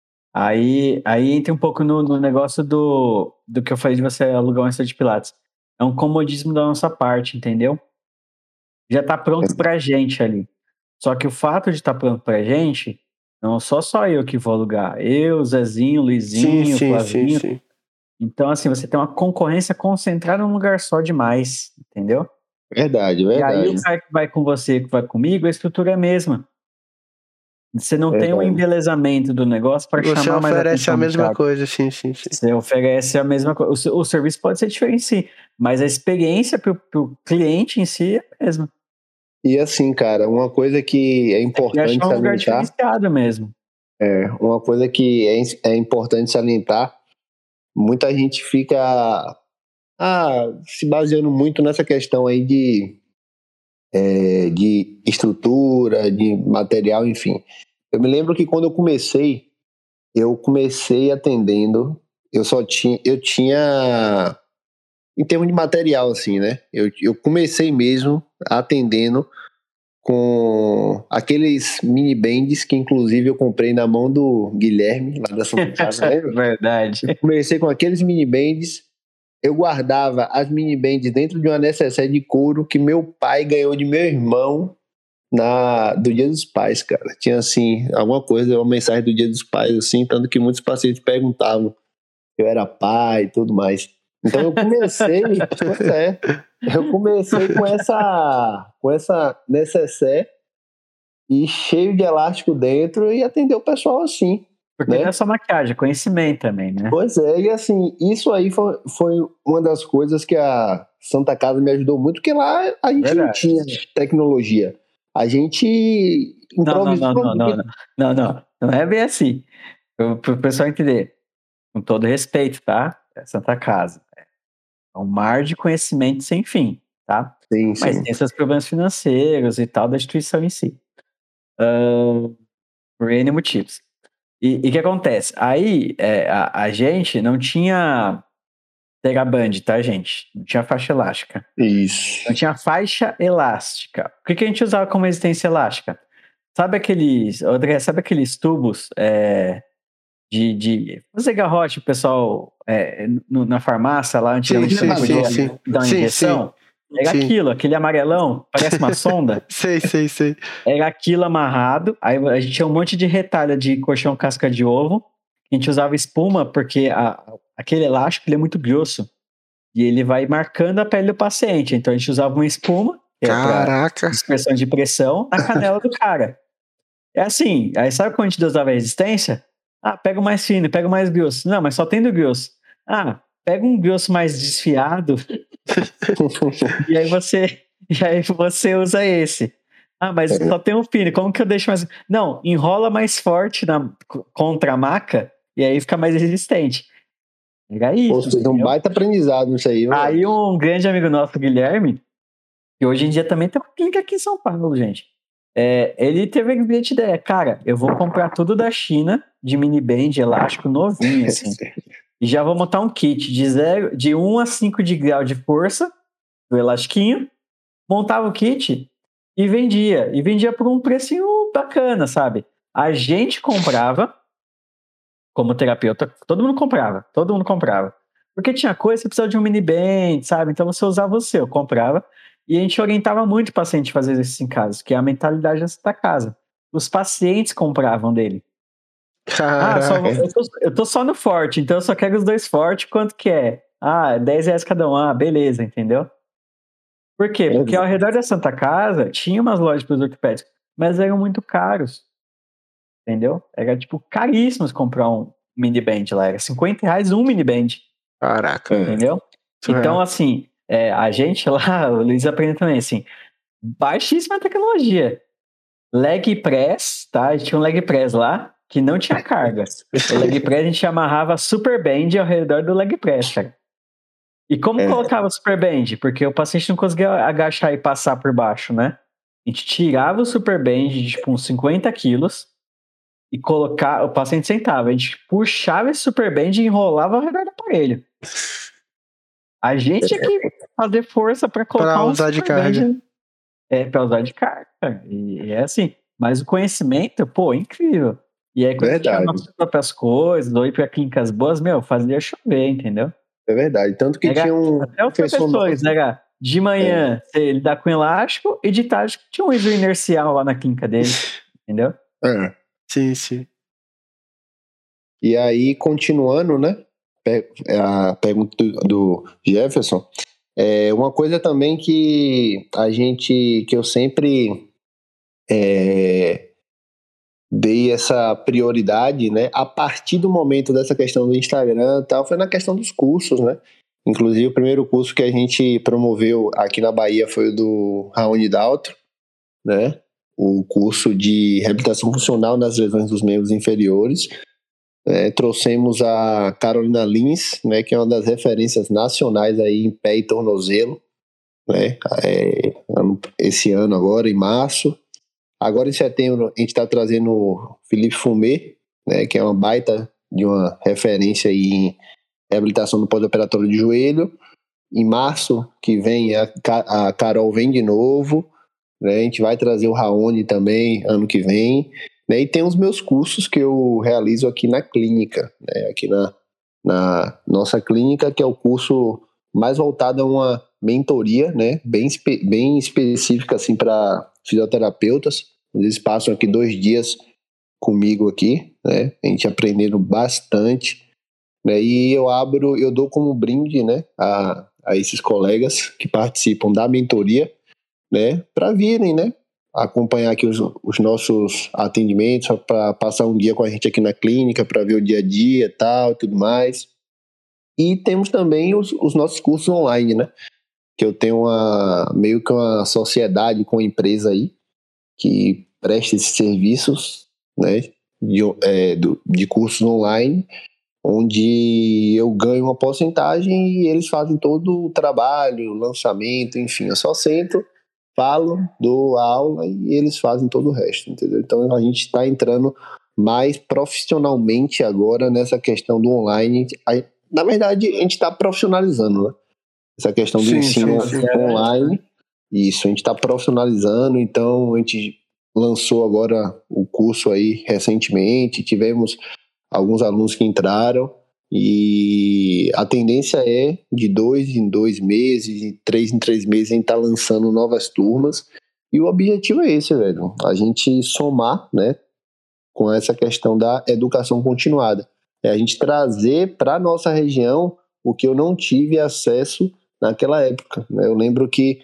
Aí entra um pouco no negócio do que eu falei de você alugar um estúdio de Pilates. É um comodismo da nossa parte, entendeu? Já tá pronto pra gente ali. Só que o fato de estar pronto pra gente, não só eu que vou alugar. Eu, Zezinho, Sim, Luizinho, sim, sim, Flavinho. sim. Então, assim, você tem uma concorrência concentrada num lugar só demais, entendeu? Verdade, E aí o verdade, cara que vai com você, que vai comigo, a estrutura é a mesma. Você não tem um verdade. embelezamento do negócio para Você chamar mais oferece a atenção do mesma cara. coisa, sim, sim, sim. Você oferece a mesma coisa. O serviço pode ser diferente, sim, mas a experiência para o cliente em si é a mesma. E assim, cara, uma coisa que é Tem que importante achar um lugar salientar, diferenciado mesmo. uma coisa que é importante salientar, muita gente fica se baseando muito nessa questão aí de estrutura, de material, enfim. Eu me lembro que quando eu comecei atendendo, eu tinha, em termos de material, assim, né? Eu comecei mesmo atendendo com aqueles mini bands que, inclusive, eu comprei na mão do Guilherme, lá da Santa Casa, lembra? Verdade. Eu comecei com aqueles mini bands, eu guardava as mini bands dentro de uma necessaire de couro que meu pai ganhou de meu irmão do Dia dos Pais, cara. Tinha, assim, alguma coisa, uma mensagem do Dia dos Pais, assim, tanto que muitos pacientes perguntavam se eu era pai e tudo mais. Então pois é, eu comecei com essa necessaire e cheio de elástico dentro e atender o pessoal assim, Porque não é né? só maquiagem, é conhecimento também, né? Pois é, e assim, isso aí foi uma das coisas que a Santa Casa me ajudou muito, porque lá a gente não Verdade. tinha tecnologia. A gente Não, não, improvisou não, não, não, ali. não. Não, não. Não é bem assim. Para o pessoal entender. Com todo respeito, tá? É Santa Casa. É um mar de conhecimento sem fim, tá? Sim, Mas sim. tem seus problemas financeiros e tal da instituição em si. Por N motivos. E o que acontece? Aí a gente não tinha Teraband, tá, gente? Não tinha faixa elástica. Não Isso. tinha faixa elástica. O que a gente usava como resistência elástica? Sabe aqueles, André, sabe aqueles tubos de fazer garrote, o pessoal na farmácia lá, antigamente você podia dar uma injeção. Era aquilo, aquele amarelão, parece uma sonda. Sei. Era aquilo amarrado, aí a gente tinha um monte de retalha de colchão casca de ovo, a gente usava espuma porque aquele elástico ele é muito grosso e ele vai marcando a pele do paciente, então a gente usava uma espuma, que é pra dispersão de pressão, na canela do cara. É assim, aí sabe quando a gente dosava a resistência? Pega o mais fino, pega o mais grosso. Não, mas só tem do grosso. Pega um grosso mais desfiado e aí você usa esse. Mas só tem um fino, como que eu deixo mais... Não, enrola mais forte contra a maca e aí fica mais resistente. Era isso. Ou seja, um baita aprendizado isso aí. Aí um grande amigo nosso, Guilherme, que hoje em dia também tem uma clínica aqui em São Paulo, gente. Ele teve a grande ideia, cara, eu vou comprar tudo da China, de mini band, elástico novinho, assim. E já vou montar um kit de 1 a 5 de grau de força do elastiquinho, montava o kit e vendia. E vendia por um precinho bacana, sabe? A gente comprava, como terapeuta, todo mundo comprava. Porque tinha coisa, você precisava de um mini band, sabe? Então você usava o seu, comprava. E a gente orientava muito o paciente a fazer isso em casa, que é a mentalidade da casa. Os pacientes compravam dele. Eu tô só no forte, então eu só quero os 2 fortes, quanto que é? R$10 cada um, beleza, entendeu? Por quê? Porque ao redor da Santa Casa tinha umas lojas para os ortopédicos, mas eram muito caros, entendeu? Era tipo caríssimos comprar um mini band lá, era R$50 um mini band. Caraca. Entendeu? Então assim, a gente lá, o Luiz aprendeu também, assim, baixíssima tecnologia. Leg press, tá? A gente tinha um leg press lá, que não tinha carga. O leg press a gente amarrava super band ao redor do leg press, cara. E como colocava super band? Porque o paciente não conseguia agachar e passar por baixo, né? A gente tirava o super band de tipo uns 50 quilos e colocava, o paciente sentava, a gente puxava esse super band e enrolava ao redor do aparelho. A gente tinha que fazer força para colocar um usar de carga. Para usar de carga. E é assim. Mas o conhecimento, incrível. E aí, quando tinha nossas próprias coisas, ou ir para clínicas boas, fazia chover, entendeu? É verdade. Tanto que tinha um. Até os professores, né? De manhã, ele dá com elástico, e de tarde tinha um ISO inercial lá na clínica dele, entendeu? Sim. E aí, continuando, né? A pergunta do Jefferson. Uma coisa também que eu sempre dei essa prioridade, né? A partir do momento dessa questão do Instagram e tal, foi na questão dos cursos, né? Inclusive, o primeiro curso que a gente promoveu aqui na Bahia foi o do Raoni Daltro, né? O curso de reabilitação funcional nas lesões dos membros inferiores. Trouxemos a Carolina Lins, né, que é uma das referências nacionais aí em pé e tornozelo, né, esse ano agora, em março. Agora em setembro a gente está trazendo o Felipe Fumê, né, que é uma baita de uma referência aí em reabilitação do pós-operatório de joelho. Em março que vem a Carol vem de novo, né, a gente vai trazer o Raoni também ano que vem. E tem os meus cursos que eu realizo aqui na clínica, né? Aqui na nossa clínica, que é o curso mais voltado a uma mentoria, né? Bem específica assim, para fisioterapeutas. Eles passam aqui 2 dias comigo aqui, né? A gente aprendendo bastante, né? E eu dou como brinde, né? A esses colegas que participam da mentoria, né? Para virem, né? Acompanhar aqui os nossos atendimentos, para passar um dia com a gente aqui na clínica, para ver o dia a dia e tal, tudo mais. E temos também os nossos cursos online, né? Que eu tenho meio que uma sociedade com a empresa aí, que presta esses serviços, né? De cursos online, onde eu ganho uma porcentagem e eles fazem todo o trabalho, lançamento, enfim, eu só sento, falo, dou aula e eles fazem todo o resto, entendeu? Então a gente está entrando mais profissionalmente agora nessa questão do online. Na verdade, a gente está profissionalizando, né? Essa questão do ensino online. Isso, a gente está profissionalizando, então a gente lançou agora o curso aí recentemente, tivemos alguns alunos que entraram, e a tendência é de 2 em 2 meses, de 3 em 3 meses, a gente tá lançando novas turmas, e o objetivo é esse, velho, a gente somar, né, com essa questão da educação continuada. É a gente trazer para a nossa região o que eu não tive acesso naquela época, né? Eu lembro que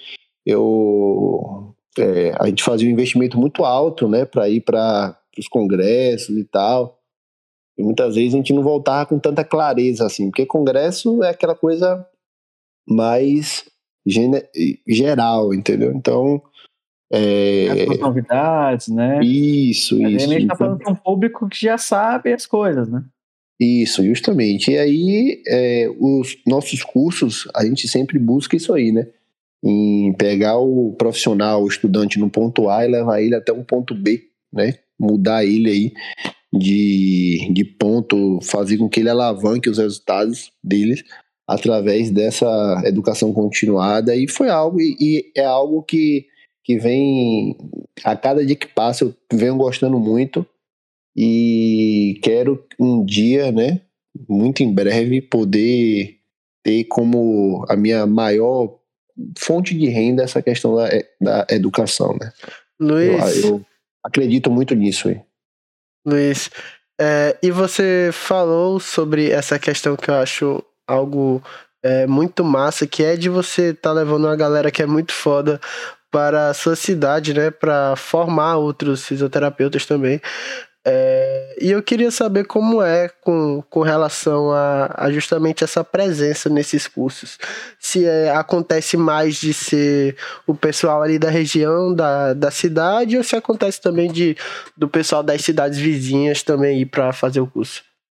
a gente fazia um investimento muito alto, né, para ir para os congressos e tal, e muitas vezes a gente não voltava com tanta clareza assim, porque congresso é aquela coisa mais geral, entendeu? Então, As novidades, né? isso. Mas aí a gente tá falando para um público que já sabe as coisas, né? Isso, justamente. E aí, os nossos cursos, a gente sempre busca isso aí, né? Em pegar o profissional, o estudante no ponto A e levar ele até um ponto B, né? Mudar ele aí de ponto, fazer com que ele alavanque os resultados deles através dessa educação continuada. E foi algo, e é algo que vem, a cada dia que passa, eu venho gostando muito. E quero um dia, né, muito em breve, poder ter como a minha maior fonte de renda essa questão da educação, né? Luiz, Eu acredito muito nisso aí. Luiz, e você falou sobre essa questão que eu acho algo muito massa, que é de você estar levando uma galera que é muito foda para a sua cidade, né, para formar outros fisioterapeutas também. E eu queria saber como é com relação a justamente essa presença nesses cursos. Se acontece mais de ser o pessoal ali da região, da cidade, ou se acontece também do pessoal das cidades vizinhas também ir para fazer o curso.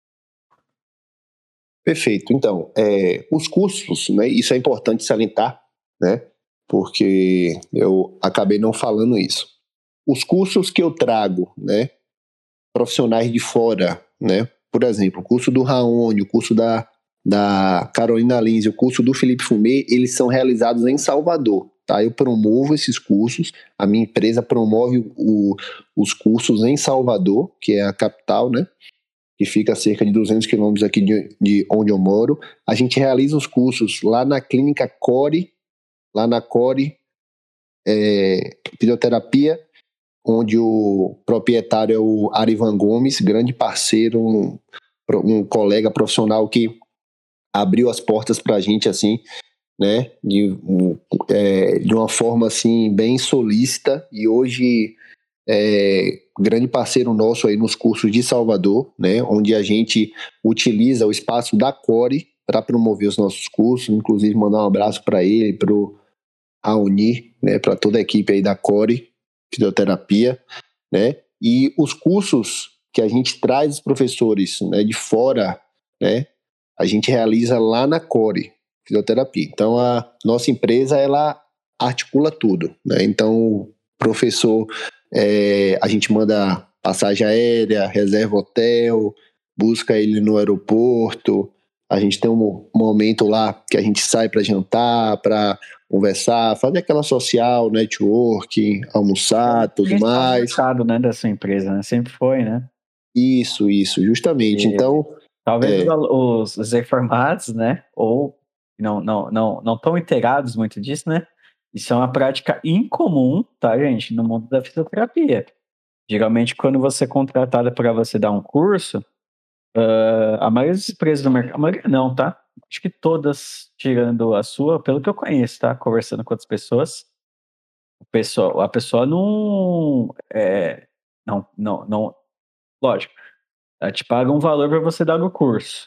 Perfeito. Então, os cursos, né, isso é importante salientar, né, porque eu acabei não falando isso. Os cursos que eu trago, né, profissionais de fora, né? Por exemplo, o curso do Raoni, o curso da Carolina Lins, o curso do Felipe Fumê, eles são realizados em Salvador, tá? Eu promovo esses cursos, a minha empresa promove os cursos em Salvador, que é a capital, né? Que fica a cerca de 200 quilômetros aqui de onde eu moro. A gente realiza os cursos lá na clínica Core, lá na Core Fisioterapia, onde o proprietário é o Arivan Gomes, grande parceiro, um colega profissional que abriu as portas para a gente, assim, né, de uma forma, assim, bem solícita, e hoje grande parceiro nosso aí nos cursos de Salvador, né, onde a gente utiliza o espaço da Core para promover os nossos cursos, inclusive mandar um abraço para ele, para o Raoni, né, para toda a equipe aí da Core Fisioterapia, né? E os cursos que a gente traz os professores, né, de fora, né, a gente realiza lá na Core Fisioterapia. Então a nossa empresa ela articula tudo, né? Então o professor, a gente manda passagem aérea, reserva hotel, busca ele no aeroporto. A gente tem um momento lá que a gente sai para jantar, para conversar, fazer aquela social, networking, almoçar, tudo mais. Mercado, né, da sua empresa, né? Sempre foi, né? Isso, justamente. Então, talvez os informados, né, ou não tão inteirados muito disso, né? Isso é uma prática incomum, tá, gente, no mundo da fisioterapia. Geralmente, quando você é contratada para você dar um curso, a maioria das empresas do mercado, a maioria não, tá? Acho que todas, tirando a sua, pelo que eu conheço, tá? Conversando com outras pessoas, a pessoa não, lógico, ela te paga um valor para você dar no curso.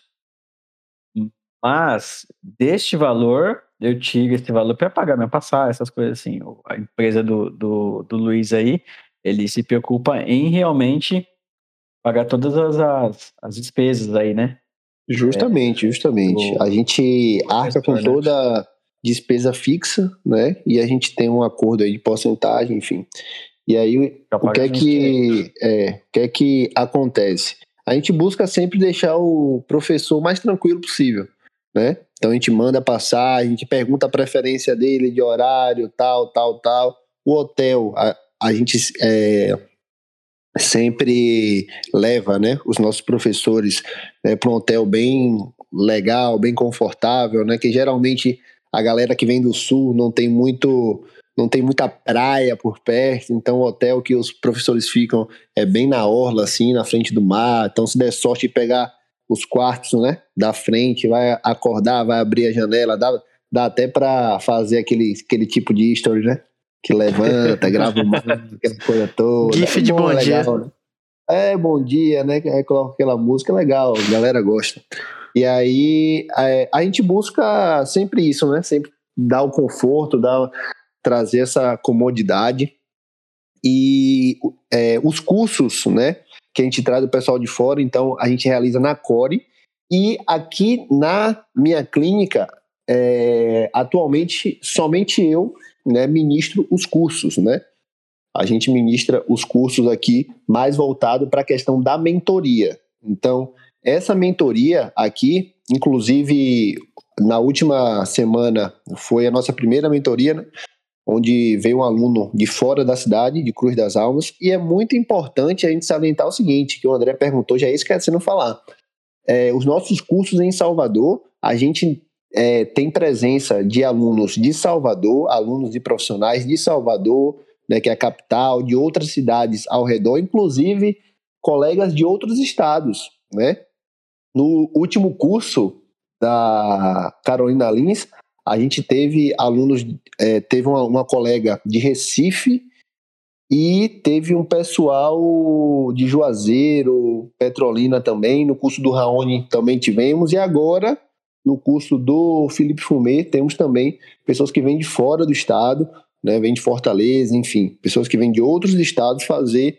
Mas, deste valor, eu tiro esse valor para pagar minha passagem, essas coisas assim. A empresa do Luiz aí, ele se preocupa em realmente pagar todas as despesas aí, né? Justamente. A gente arca com toda despesa fixa, né? E a gente tem um acordo aí de porcentagem, enfim. E aí, o que é que acontece? A gente busca sempre deixar o professor mais tranquilo possível, né? Então a gente manda passar, a gente pergunta a preferência dele de horário, tal. O hotel, a gente sempre leva, né, os nossos professores, né, para um hotel bem legal, bem confortável, né, que geralmente a galera que vem do sul não tem muita praia por perto, então o hotel que os professores ficam é bem na orla, assim, na frente do mar. Então, se der sorte de pegar os quartos, né, da frente, vai acordar, vai abrir a janela, dá até para fazer aquele tipo de story, né, que levanta, grava uma, aquela coisa toda. GIF de bom dia. Legal, né? Bom dia, né? Aí coloca aquela música, legal, a galera gosta. E aí a gente busca sempre isso, né? Sempre dar o conforto, trazer essa comodidade. E os cursos, né? Que a gente traz do pessoal de fora, então a gente realiza na Core. E aqui na minha clínica, atualmente, somente eu, né, ministro os cursos, né? A gente ministra os cursos aqui mais voltado para a questão da mentoria. Então, essa mentoria aqui, inclusive, na última semana, foi a nossa primeira mentoria, né, onde veio um aluno de fora da cidade, de Cruz das Almas, e é muito importante a gente salientar o seguinte, que o André perguntou, já é esquecendo de falar. Os nossos cursos em Salvador, a gente tem presença de alunos de Salvador, alunos de profissionais de Salvador, né, que é a capital, de outras cidades ao redor, inclusive colegas de outros estados, né? No último curso da Carolina Lins, a gente teve alunos, teve uma colega de Recife e teve um pessoal de Juazeiro, Petrolina também, no curso do Raoni também tivemos, e agora no curso do Felipe Fumê temos também pessoas que vêm de fora do estado, né, vem de Fortaleza, enfim, pessoas que vêm de outros estados fazer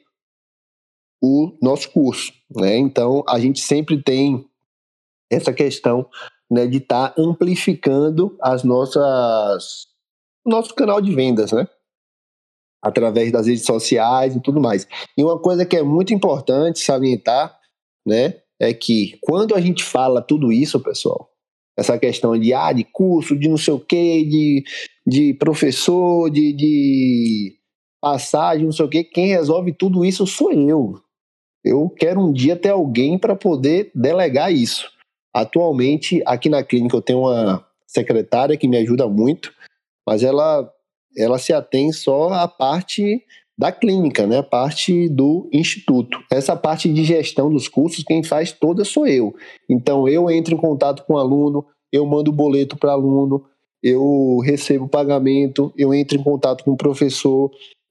o nosso curso, né? Então a gente sempre tem essa questão, né, de estar amplificando nosso canal de vendas, né, através das redes sociais e tudo mais. E uma coisa que é muito importante salientar, né, é que quando a gente fala tudo isso, pessoal, essa questão de curso, de não sei o quê, de professor, de passagem, não sei o quê, quem resolve tudo isso sou eu. Eu quero um dia ter alguém para poder delegar isso. Atualmente, aqui na clínica, eu tenho uma secretária que me ajuda muito, mas ela se atém só à parte da clínica, né? A parte do instituto. Essa parte de gestão dos cursos, quem faz toda sou eu. Então, eu entro em contato com o aluno, eu mando o boleto para o aluno, eu recebo o pagamento, eu entro em contato com o professor,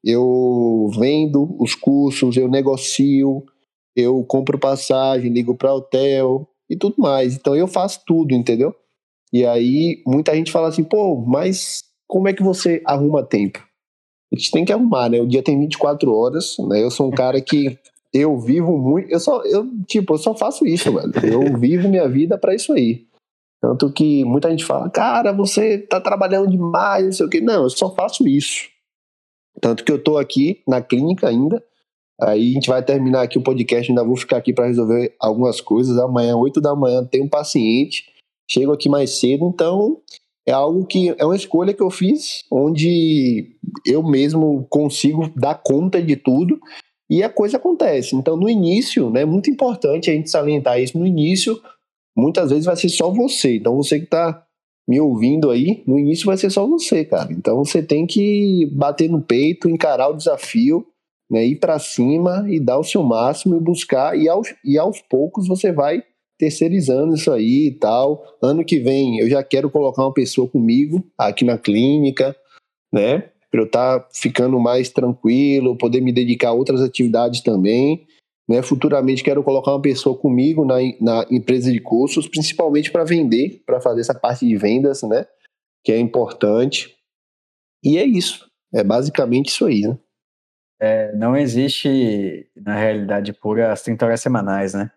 eu vendo os cursos, eu negocio, eu compro passagem, ligo para hotel e tudo mais. Então, eu faço tudo, entendeu? E aí, muita gente fala assim, pô, mas como é que você arruma tempo? A gente tem que arrumar, né? O dia tem 24 horas, né? Eu sou um cara que eu vivo muito, eu só faço isso, velho. Eu vivo minha vida para isso aí. Tanto que muita gente fala, cara, você tá trabalhando demais, não sei o quê. Não, eu só faço isso. Tanto que eu tô aqui na clínica ainda. Aí a gente vai terminar aqui o podcast, ainda vou ficar aqui para resolver algumas coisas. Amanhã, 8 da manhã, tem um paciente. Chego aqui mais cedo, então é algo que é uma escolha que eu fiz, onde eu mesmo consigo dar conta de tudo e a coisa acontece. Então, no início, né, é muito importante a gente salientar isso. No início, muitas vezes vai ser só você. Então, você que está me ouvindo aí, no início vai ser só você, cara. Então, você tem que bater no peito, encarar o desafio, né, ir para cima e dar o seu máximo e buscar. E aos poucos você vai terceirizando isso aí e tal. Ano que vem eu já quero colocar uma pessoa comigo aqui na clínica, né? Para eu estar ficando mais tranquilo, poder me dedicar a outras atividades também, né? Futuramente quero colocar uma pessoa comigo na empresa de cursos, principalmente para vender, para fazer essa parte de vendas, né? Que é importante. E é isso. É basicamente isso aí, né? Não existe, na realidade pura, as 30 horas semanais, né?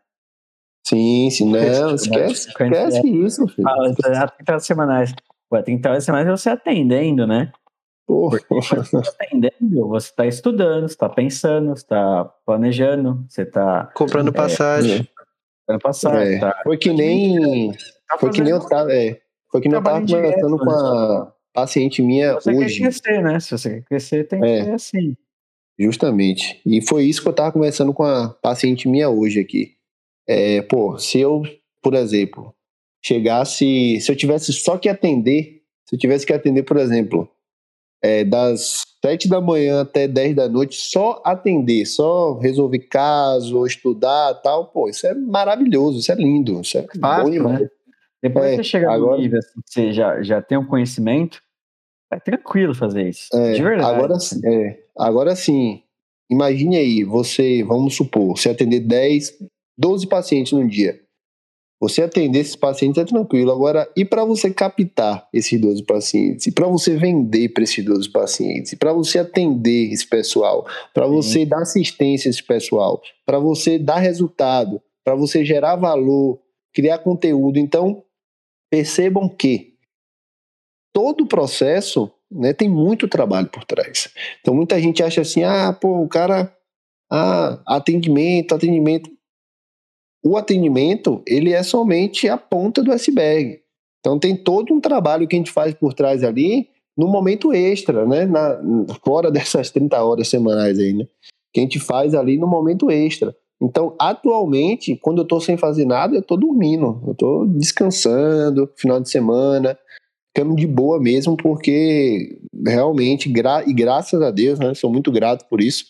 Sim, não, esquece isso, filho. Fala, 30 horas semanais. Ué, 30 horas semanais é você atendendo, né? Porque você está atendendo, você está estudando, você está pensando, você está planejando, você está comprando passagem. Foi que nem eu tava conversando com a paciente minha você hoje. Quer crescer, né? Se você quer crescer, tem que ser assim. Justamente. E foi isso que eu estava conversando com a paciente minha hoje aqui. Se eu, por exemplo, chegasse, se eu tivesse só que atender, se eu tivesse que atender, por exemplo, das 7 da manhã até 10 da noite, só atender, só resolver caso, ou estudar tal, pô, isso é maravilhoso, isso é lindo, isso é bom demais. Né? Depois que você chegar no nível, assim, que você já tem um conhecimento, é tranquilo fazer isso, de verdade. Agora sim, imagine aí, você, vamos supor, você atender 10, 12 pacientes no dia. Você atender esses pacientes é tranquilo. Agora, e para você captar esses 12 pacientes? E para você vender para esses 12 pacientes? E para você atender esse pessoal? Para você dar assistência a esse pessoal? Para você dar resultado? Para você gerar valor? Criar conteúdo? Então, percebam que todo o processo, né, tem muito trabalho por trás. Então, muita gente acha assim, o cara... atendimento. O atendimento, ele é somente a ponta do iceberg. Então tem todo um trabalho que a gente faz por trás ali no momento extra, né? Fora dessas 30 horas semanais aí, né? Que a gente faz ali no momento extra. Então, atualmente, quando eu estou sem fazer nada, eu estou dormindo, eu estou descansando, final de semana, ficando de boa mesmo, porque realmente, e graças a Deus, né? Sou muito grato por isso.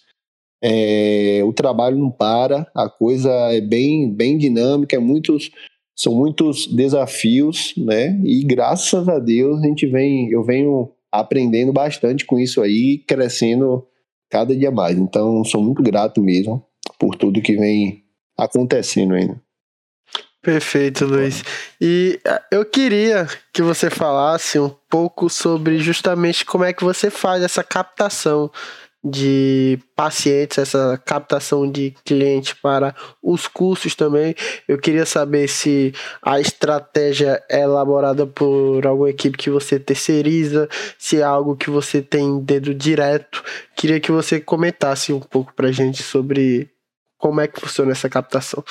O trabalho não para, a coisa é bem, bem dinâmica, são muitos desafios, né? E graças a Deus eu venho aprendendo bastante com isso aí, crescendo cada dia mais. Então, sou muito grato mesmo por tudo que vem acontecendo ainda. Perfeito, Luiz. E eu queria que você falasse um pouco sobre justamente como é que você faz essa captação de pacientes, essa captação de cliente para os cursos também. Eu queria saber se a estratégia é elaborada por alguma equipe que você terceiriza, se é algo que você tem dedo direto. Queria que você comentasse um pouco pra gente sobre como é que funciona essa captação.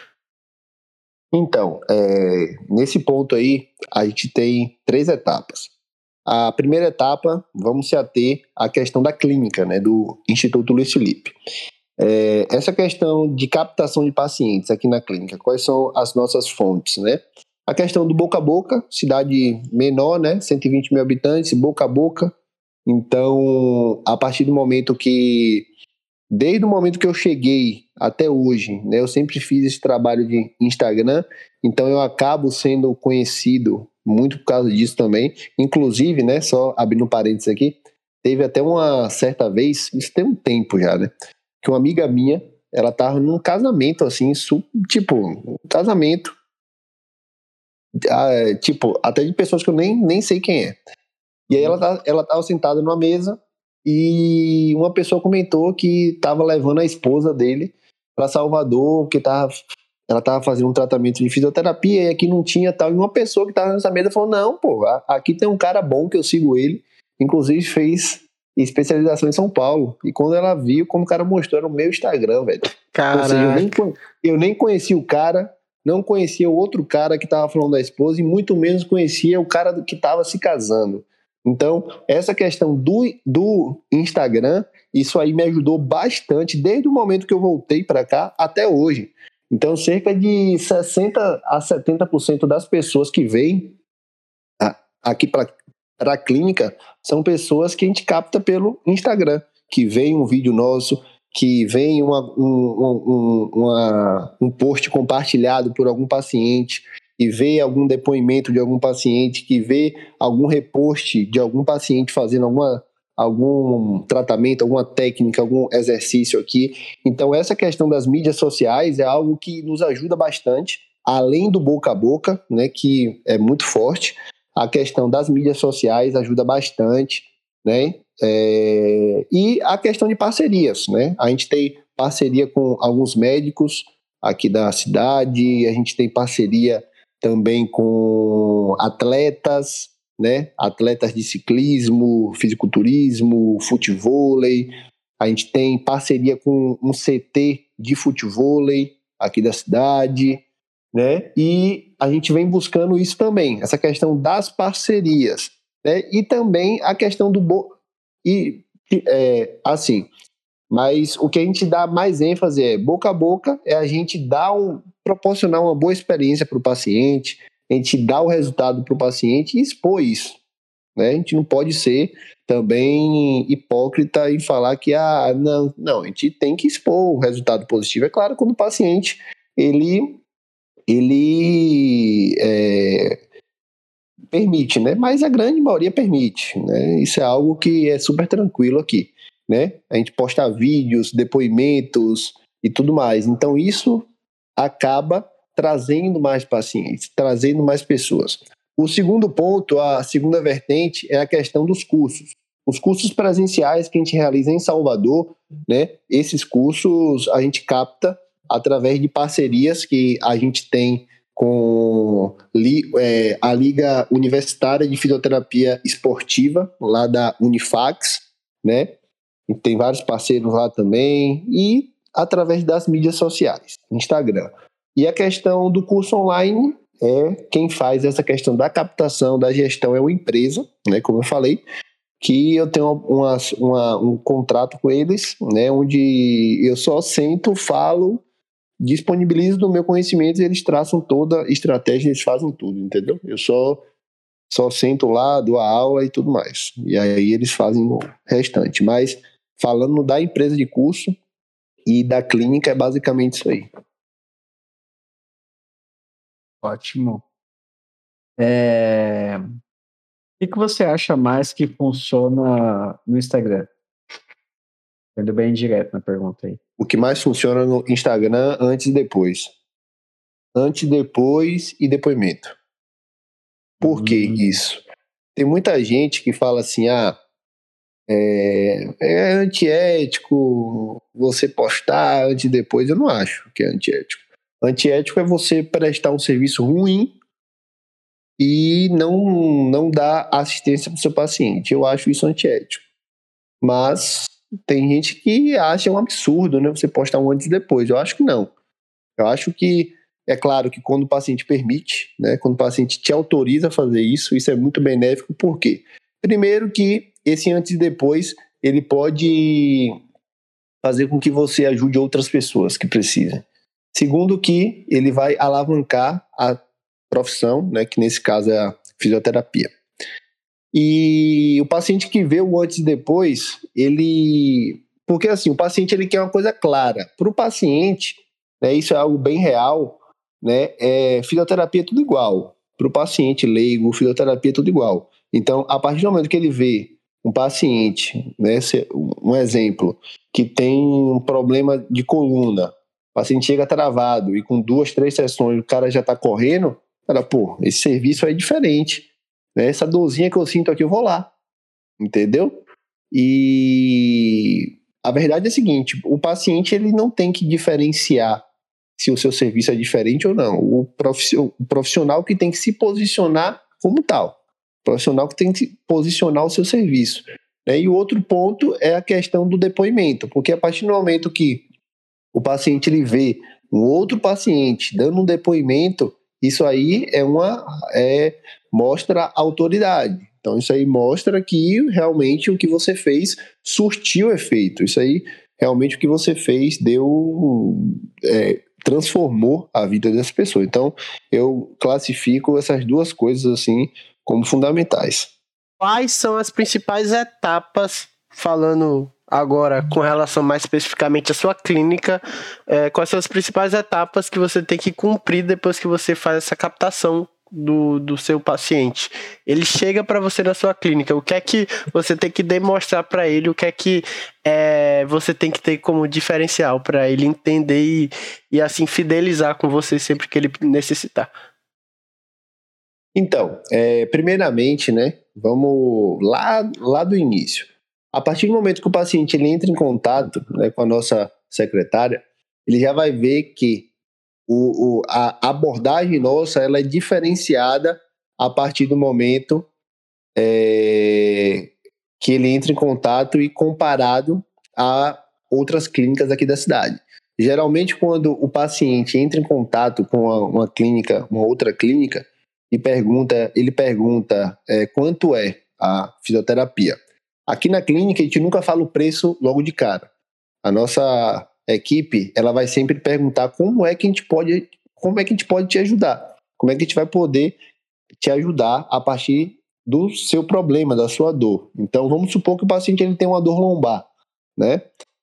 Então, nesse ponto aí, a gente tem 3 etapas. A primeira etapa, vamos se ater à questão da clínica, né, do Instituto Luiz Felipe. Essa questão de captação de pacientes aqui na clínica, quais são as nossas fontes, né? A questão do boca a boca, cidade menor, né, 120 mil habitantes, boca a boca. Então, a partir do momento desde o momento que eu cheguei até hoje, né, eu sempre fiz esse trabalho de Instagram, então eu acabo sendo conhecido muito por causa disso também. Inclusive, né, só abrindo um parênteses aqui, teve até uma certa vez, isso tem um tempo já, né, que uma amiga minha, ela tava num casamento, assim, um casamento, até de pessoas que eu nem sei quem é. E aí ela tava sentada numa mesa e uma pessoa comentou que tava levando a esposa dele para Salvador, que ela tava fazendo um tratamento de fisioterapia e aqui não tinha tal. E uma pessoa que tava nessa mesa falou, não, pô, aqui tem um cara bom que eu sigo ele, inclusive fez especialização em São Paulo. E quando ela viu, como o cara mostrou, era o meu Instagram, velho. Ou seja, eu nem conhecia o cara, não conhecia o outro cara que tava falando da esposa e muito menos conhecia o cara que tava se casando. Então, essa questão do Instagram, isso aí me ajudou bastante desde o momento que eu voltei para cá até hoje. Então, cerca de 60% a 70% das pessoas que vêm aqui para a clínica são pessoas que a gente capta pelo Instagram, que vem um vídeo nosso, que vem um post compartilhado por algum paciente, que vê algum depoimento de algum paciente, que vê algum repost de algum paciente fazendo algum tratamento, alguma técnica, algum exercício aqui. Então, essa questão das mídias sociais é algo que nos ajuda bastante, além do boca a boca, né, que é muito forte. A questão das mídias sociais ajuda bastante, né? E a questão de parcerias, né? A gente tem parceria com alguns médicos aqui da cidade, a gente tem parceria também com atletas, né? Atletas de ciclismo, fisiculturismo, futevôlei. A gente tem parceria com um CT de futevôlei aqui da cidade, né? E a gente vem buscando isso também, essa questão das parcerias, né? E também a questão assim, Mas o que a gente dá mais ênfase é boca a boca, é a gente proporcionar uma boa experiência para o paciente, a gente dar o resultado para o paciente e expor isso, né? A gente não pode ser também hipócrita em falar que não, a gente tem que expor o resultado positivo. É claro, quando o paciente ele permite, né? Mas a grande maioria permite, né? Isso é algo que é super tranquilo aqui, né? A gente posta vídeos, depoimentos e tudo mais. Então isso acaba trazendo mais pacientes, trazendo mais pessoas. O segundo ponto, a segunda vertente, é a questão dos cursos. Os cursos presenciais que a gente realiza em Salvador, né? Esses cursos a gente capta através de parcerias que a gente tem com a Liga Universitária de Fisioterapia Esportiva, lá da Unifax, né? E tem vários parceiros lá também, e através das mídias sociais, Instagram. E a questão do curso online, quem faz essa questão da captação, da gestão é uma empresa, né? Como eu falei, que eu tenho um contrato com eles, né? Onde eu só sento, falo, disponibilizo do meu conhecimento e eles traçam toda a estratégia, eles fazem tudo, entendeu? Eu só sento lá, dou a aula e tudo mais. E aí eles fazem o restante. Mas falando da empresa de curso e da clínica, é basicamente isso aí. Ótimo. O que você acha mais que funciona no Instagram? Sendo bem direto na pergunta aí. O que mais funciona no Instagram, antes e depois. Antes, depois e depoimento. Por que isso? Tem muita gente que fala assim, é antiético você postar antes e depois. Eu não acho que é antiético. Antiético é você prestar um serviço ruim e não dar assistência para o seu paciente. Eu acho isso antiético. Mas tem gente que acha um absurdo, né? Você postar um antes e depois. Eu acho que não. Eu acho que, é claro que quando o paciente permite, né? Quando o paciente te autoriza a fazer isso é muito benéfico. Por quê? Primeiro que esse antes e depois, ele pode fazer com que você ajude outras pessoas que precisam. Segundo que ele vai alavancar a profissão, né? Que nesse caso é a fisioterapia. E o paciente que vê o antes e depois, porque assim, o paciente ele quer uma coisa clara. Para o paciente, né, isso é algo bem real, né, fisioterapia é tudo igual. Para o paciente leigo, fisioterapia é tudo igual. Então, a partir do momento que ele vê um paciente, né, um exemplo, que tem um problema de coluna, o paciente chega travado e com 2, 3 sessões o cara já está correndo, cara, esse serviço é diferente. Essa dorzinha que eu sinto aqui, eu vou lá, entendeu? E a verdade é a seguinte, o paciente ele não tem que diferenciar se o seu serviço é diferente ou não. O profissional que tem que se posicionar como tal, o profissional que tem que posicionar o seu serviço. Né? E o outro ponto é a questão do depoimento, porque a partir do momento que o paciente ele vê um outro paciente dando um depoimento, isso aí mostra autoridade. Então isso aí mostra que realmente o que você fez surtiu efeito. Isso aí, realmente o que você fez transformou a vida das pessoas. Então eu classifico essas duas coisas assim como fundamentais. Quais são as principais etapas, falando agora com relação mais especificamente à sua clínica, quais são as principais etapas que você tem que cumprir depois que você faz essa captação do seu paciente? Ele chega para você na sua clínica, o que é que você tem que demonstrar para ele, o que é que você tem que ter como diferencial para ele entender e assim fidelizar com você sempre que ele necessitar? Então, primeiramente, né, vamos lá do início. A partir do momento que o paciente ele entra em contato, né, com a nossa secretária, ele já vai ver que a abordagem nossa ela é diferenciada a partir do momento que ele entra em contato e comparado a outras clínicas aqui da cidade. Geralmente, quando o paciente entra em contato com uma clínica, uma outra clínica, ele pergunta quanto é a fisioterapia. Aqui na clínica, a gente nunca fala o preço logo de cara. A nossa equipe, ela vai sempre perguntar como é que a gente pode te ajudar, como é que a gente vai poder te ajudar a partir do seu problema, da sua dor. Então, vamos supor que o paciente ele tem uma dor lombar, né?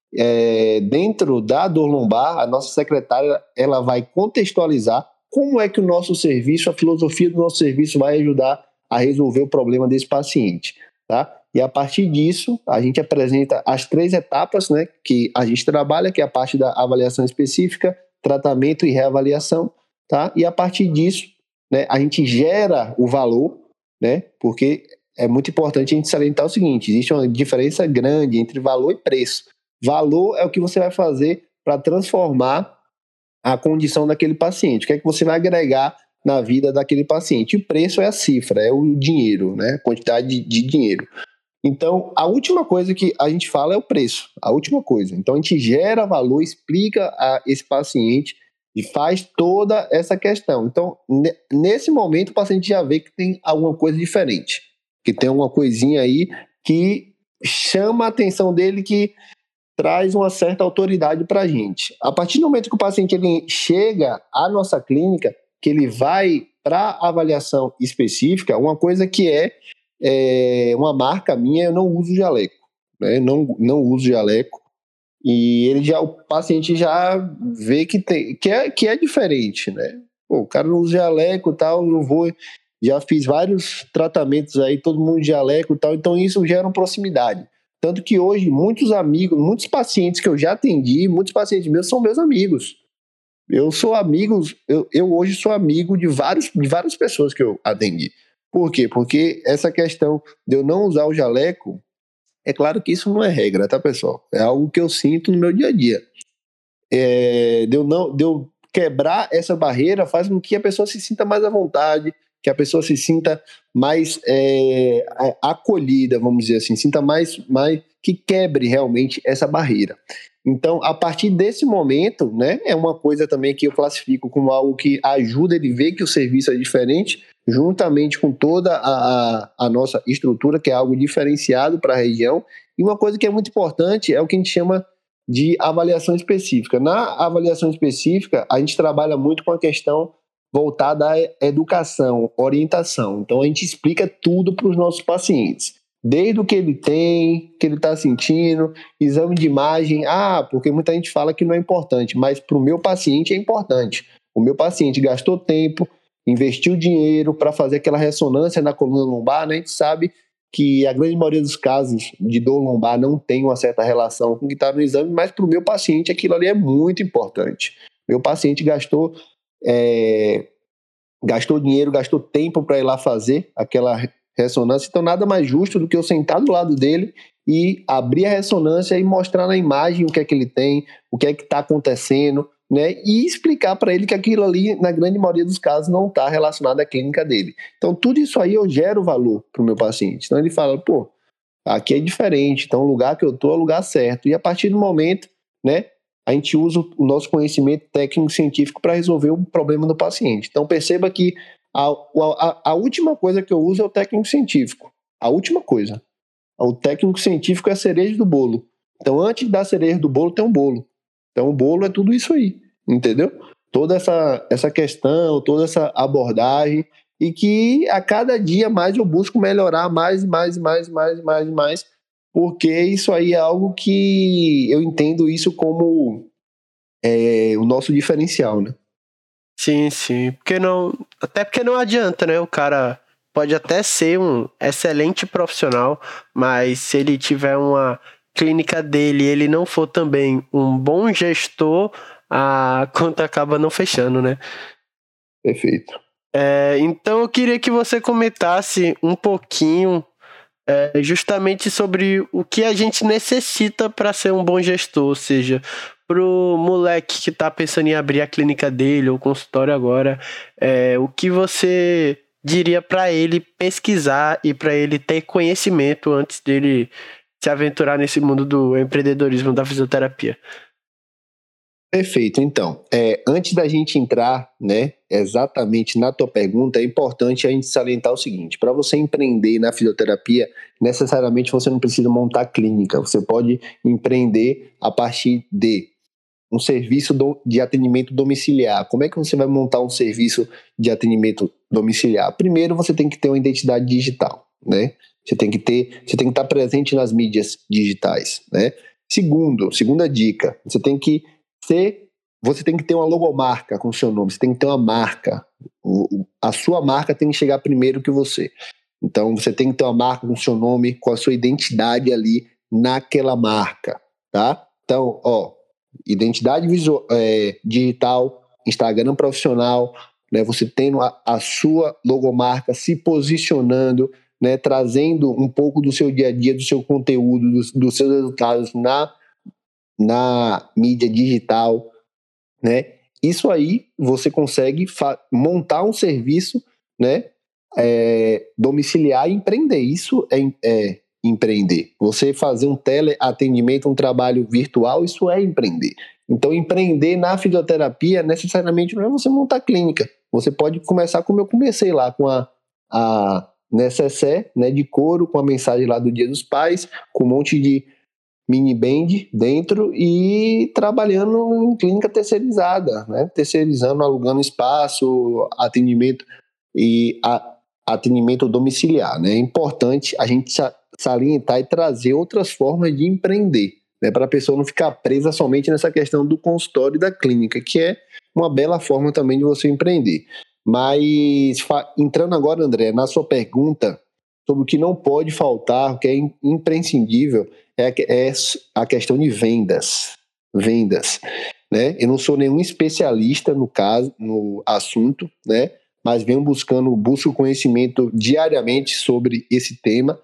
Dentro da dor lombar, a nossa secretária ela vai contextualizar como é que o nosso serviço, a filosofia do nosso serviço vai ajudar a resolver o problema desse paciente, tá? E a partir disso, a gente apresenta as 3 etapas, né, que a gente trabalha, que é a parte da avaliação específica, tratamento e reavaliação, tá? E a partir disso, né, a gente gera o valor, né, porque é muito importante a gente salientar o seguinte, existe uma diferença grande entre valor e preço. Valor é o que você vai fazer para transformar a condição daquele paciente, o que é que você vai agregar na vida daquele paciente. O preço é a cifra, é o dinheiro, né, a quantidade de dinheiro. Então, a última coisa que a gente fala é o preço, a última coisa. Então, a gente gera valor, explica a esse paciente e faz toda essa questão. Então, nesse momento, o paciente já vê que tem alguma coisa diferente, que tem uma coisinha aí que chama a atenção dele, que traz uma certa autoridade para a gente. A partir do momento que o paciente ele chega à nossa clínica, que ele vai para avaliação específica, uma coisa que uma marca minha, eu não uso jaleco, né? Não uso jaleco, e o paciente já vê que é diferente, né? Pô, o cara não usa jaleco e tal, já fiz vários tratamentos aí, todo mundo de jaleco e tal, então isso gera uma proximidade. Tanto que hoje, muitos amigos, muitos pacientes que eu já atendi, muitos pacientes meus são meus amigos. Eu hoje sou amigo de várias pessoas que eu atendi. Por quê? Porque essa questão de eu não usar o jaleco, é claro que isso não é regra, tá, pessoal? É algo que eu sinto no meu dia a dia. De eu quebrar essa barreira faz com que a pessoa se sinta mais à vontade, que a pessoa se sinta mais acolhida, vamos dizer assim, sinta mais que quebre realmente essa barreira. Então, a partir desse momento, né, é uma coisa também que eu classifico como algo que ajuda ele a ver que o serviço é diferente, juntamente com toda a nossa estrutura, que é algo diferenciado para a região. E uma coisa que é muito importante é o que a gente chama de avaliação específica. Na avaliação específica, a gente trabalha muito com a questão voltada à educação, orientação. Então, a gente explica tudo para os nossos pacientes. Desde o que ele tem, o que ele está sentindo, exame de imagem. Porque muita gente fala que não é importante, mas para o meu paciente é importante. O meu paciente gastou tempo, investiu dinheiro para fazer aquela ressonância na coluna lombar, né? A gente sabe que a grande maioria dos casos de dor lombar não tem uma certa relação com o que está no exame, mas para o meu paciente aquilo ali é muito importante. Meu paciente gastou dinheiro, gastou tempo para ir lá fazer aquela ressonância, então nada mais justo do que eu sentar do lado dele e abrir a ressonância e mostrar na imagem o que é que ele tem, o que é que está acontecendo, né? E explicar para ele que aquilo ali, na grande maioria dos casos, não está relacionado à clínica dele. Então tudo isso aí eu gero valor para o meu paciente. Então ele fala, pô, aqui é diferente, então o lugar que eu estou é o lugar certo. E a partir do momento, né, a gente usa o nosso conhecimento técnico-científico para resolver o problema do paciente. Então perceba que a última coisa que eu uso é o técnico-científico. A última coisa. O técnico-científico é a cereja do bolo. Então antes da cereja do bolo tem um bolo. Então o bolo é tudo isso aí, entendeu? Toda essa questão, toda essa abordagem, e que a cada dia mais eu busco melhorar mais, porque isso aí é algo que eu entendo isso como o nosso diferencial, né? Sim, até porque não adianta, né? O cara pode até ser um excelente profissional, mas se ele tiver uma clínica dele e ele não for também um bom gestor, a conta acaba não fechando, né? Perfeito. Então eu queria que você comentasse um pouquinho justamente sobre o que a gente necessita para ser um bom gestor, ou seja, pro moleque que tá pensando em abrir a clínica dele ou consultório agora, o que você diria para ele pesquisar e para ele ter conhecimento antes dele se aventurar nesse mundo do empreendedorismo da fisioterapia? Perfeito. Então, antes da gente entrar, né, exatamente na tua pergunta, é importante a gente salientar o seguinte: para você empreender na fisioterapia, necessariamente você não precisa montar clínica. Você pode empreender a partir de um serviço de atendimento domiciliar. Como é que você vai montar um serviço de atendimento domiciliar? Primeiro, você tem que ter uma identidade digital, né? Você tem que estar presente nas mídias digitais, né? Segunda dica, você tem que ter uma logomarca com o seu nome, você tem que ter uma marca. A sua marca tem que chegar primeiro que você. Então, você tem que ter uma marca com o seu nome, com a sua identidade ali naquela marca, tá? Então, identidade visual, digital, Instagram profissional, né? Você tendo a sua logomarca se posicionando, né? Trazendo um pouco do seu dia a dia, do seu conteúdo, dos seus resultados na mídia digital, né? Isso aí você consegue montar um serviço, né? Domiciliar e empreender. Isso é empreender. Você fazer um teleatendimento, um trabalho virtual, isso é empreender. Então, empreender na fisioterapia necessariamente não é você montar clínica. Você pode começar como eu comecei lá, com a necessaire, né, de couro, com a mensagem lá do Dia dos Pais, com um monte de mini band dentro e trabalhando em clínica terceirizada, né? Terceirizando, alugando espaço, atendimento domiciliar, né? É importante a gente salientar e trazer outras formas de empreender, né? Para a pessoa não ficar presa somente nessa questão do consultório e da clínica, que é uma bela forma também de você empreender. Mas entrando agora, André, na sua pergunta sobre o que não pode faltar, o que é imprescindível, é a questão de vendas, né? Eu não sou nenhum especialista no assunto, né? Mas busco conhecimento diariamente sobre esse tema.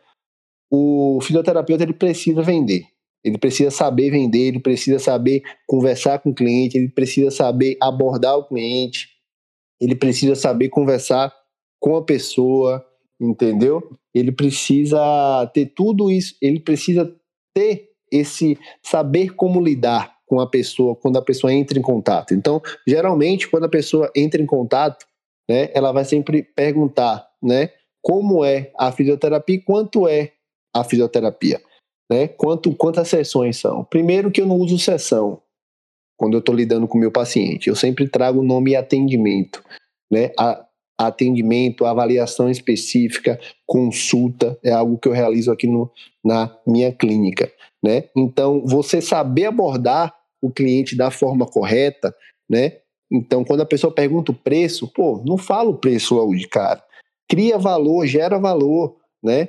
O fisioterapeuta, ele precisa vender, ele precisa saber vender, ele precisa saber conversar com o cliente, ele precisa saber abordar o cliente, ele precisa saber conversar com a pessoa, entendeu? Ele precisa ter tudo isso, ele precisa ter esse saber como lidar com a pessoa quando a pessoa entra em contato. Então, geralmente, quando a pessoa entra em contato, né, ela vai sempre perguntar, né, como é a fisioterapia e quanto é a fisioterapia, né? Quantas sessões são? Primeiro que eu não uso sessão quando eu estou lidando com o meu paciente. Eu sempre trago o nome atendimento, né? Atendimento, avaliação específica, consulta, é algo que eu realizo aqui na minha clínica, né? Então, você saber abordar o cliente da forma correta, né? Então, quando a pessoa pergunta o preço, não fala o preço logo de cara. Cria valor, gera valor, né?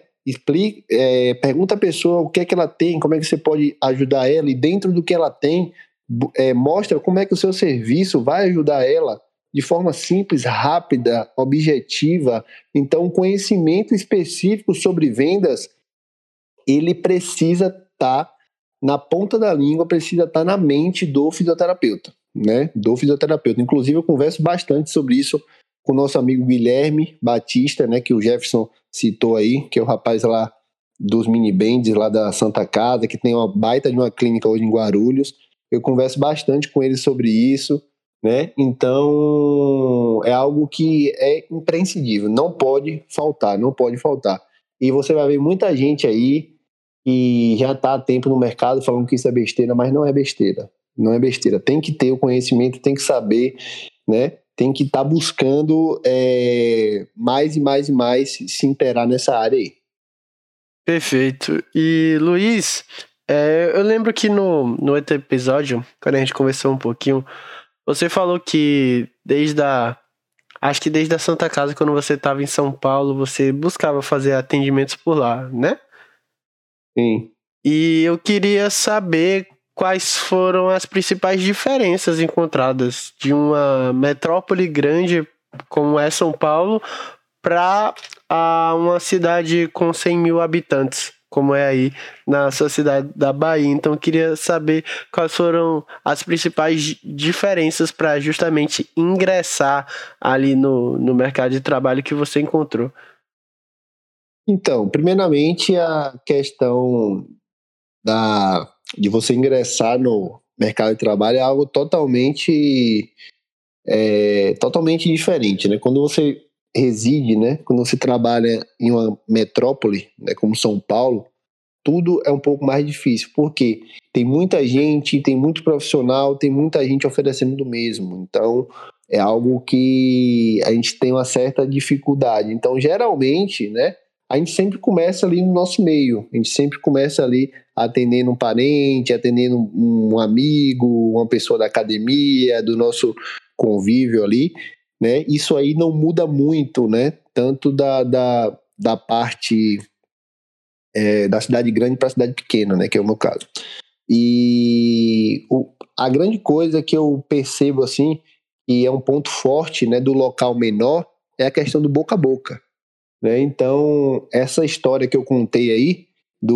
Pergunta a pessoa o que é que ela tem, como é que você pode ajudar ela, e dentro do que ela tem, mostra como é que o seu serviço vai ajudar ela de forma simples, rápida, objetiva. Então, o conhecimento específico sobre vendas, ele precisa estar na ponta da língua, precisa estar na mente do fisioterapeuta, né? Do fisioterapeuta. Inclusive, eu converso bastante sobre isso com o nosso amigo Guilherme Batista, né? Que o Jefferson citou aí, que é o rapaz lá dos mini bands lá da Santa Casa, que tem uma baita de uma clínica hoje em Guarulhos. Eu converso bastante com ele sobre isso, né? Então, é algo que é imprescindível, não pode faltar. E você vai ver muita gente aí que já está há tempo no mercado falando que isso é besteira, mas não é besteira. Não é besteira. Tem que ter o conhecimento, tem que saber, né? Tem que estar buscando mais e mais e mais se inteirar nessa área aí. Perfeito. E, Luiz, eu lembro que no outro episódio, quando a gente conversou um pouquinho, você falou que acho que desde a Santa Casa, quando você estava em São Paulo, você buscava fazer atendimentos por lá, né? Sim. E eu queria saber quais foram as principais diferenças encontradas de uma metrópole grande como é São Paulo para uma cidade com 100 mil habitantes, como é aí na sua cidade da Bahia. Então eu queria saber quais foram as principais diferenças para justamente ingressar ali no mercado de trabalho que você encontrou. Então, primeiramente, a questão de você ingressar mercado de trabalho é algo totalmente diferente, né? Quando você reside, né? Quando você trabalha em uma metrópole, né? Como São Paulo, tudo é um pouco mais difícil, porque tem muita gente, tem muito profissional, tem muita gente oferecendo do mesmo. Então, é algo que a gente tem uma certa dificuldade. Então, geralmente, né? A gente sempre começa ali no nosso meio. A gente sempre começa ali atendendo um parente, atendendo um amigo, uma pessoa da academia, do nosso convívio ali, né? Isso aí não muda muito, né? Tanto da parte da cidade grande para a cidade pequena, né? Que é o meu caso. E a grande coisa que eu percebo, assim, e é um ponto forte, né, do local menor, é a questão do boca a boca, né? Então, essa história que eu contei aí,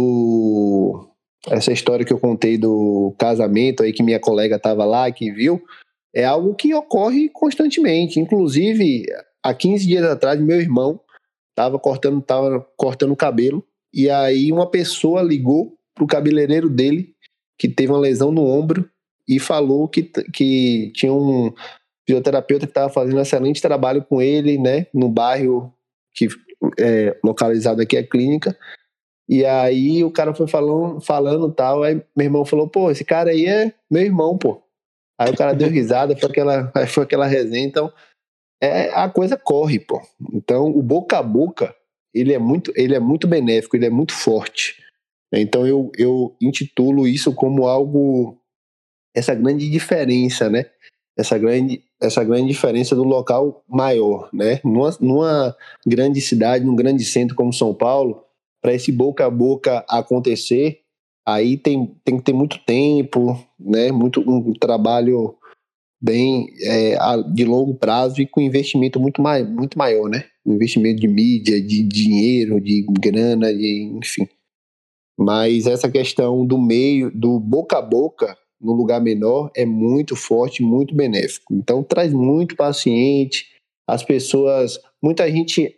do casamento aí que minha colega estava lá, que viu, é algo que ocorre constantemente. Inclusive, há 15 dias atrás, meu irmão estava cortando o cabelo, e aí uma pessoa ligou pro cabeleireiro dele, que teve uma lesão no ombro, e falou que tinha um fisioterapeuta que estava fazendo um excelente trabalho com ele, né, no bairro que é localizado aqui, a clínica. E aí o cara foi falando tal, aí meu irmão falou, pô, esse cara aí é meu irmão, pô. Aí o cara deu risada, foi aquela resenha. Então, a coisa corre, pô. Então, o boca a boca, ele é muito benéfico, ele é muito forte. Então, eu intitulo isso como algo, essa grande diferença, né? Essa grande diferença do local maior, né? Numa grande cidade, num grande centro como São Paulo, para esse boca a boca acontecer, aí tem que ter muito tempo, né? Um trabalho bem de longo prazo e com investimento muito maior, né? Um investimento de mídia, de dinheiro, de grana, enfim. Mas essa questão do meio, do boca a boca, no lugar menor, é muito forte, muito benéfico. Então, traz muito paciente, as pessoas, muita gente,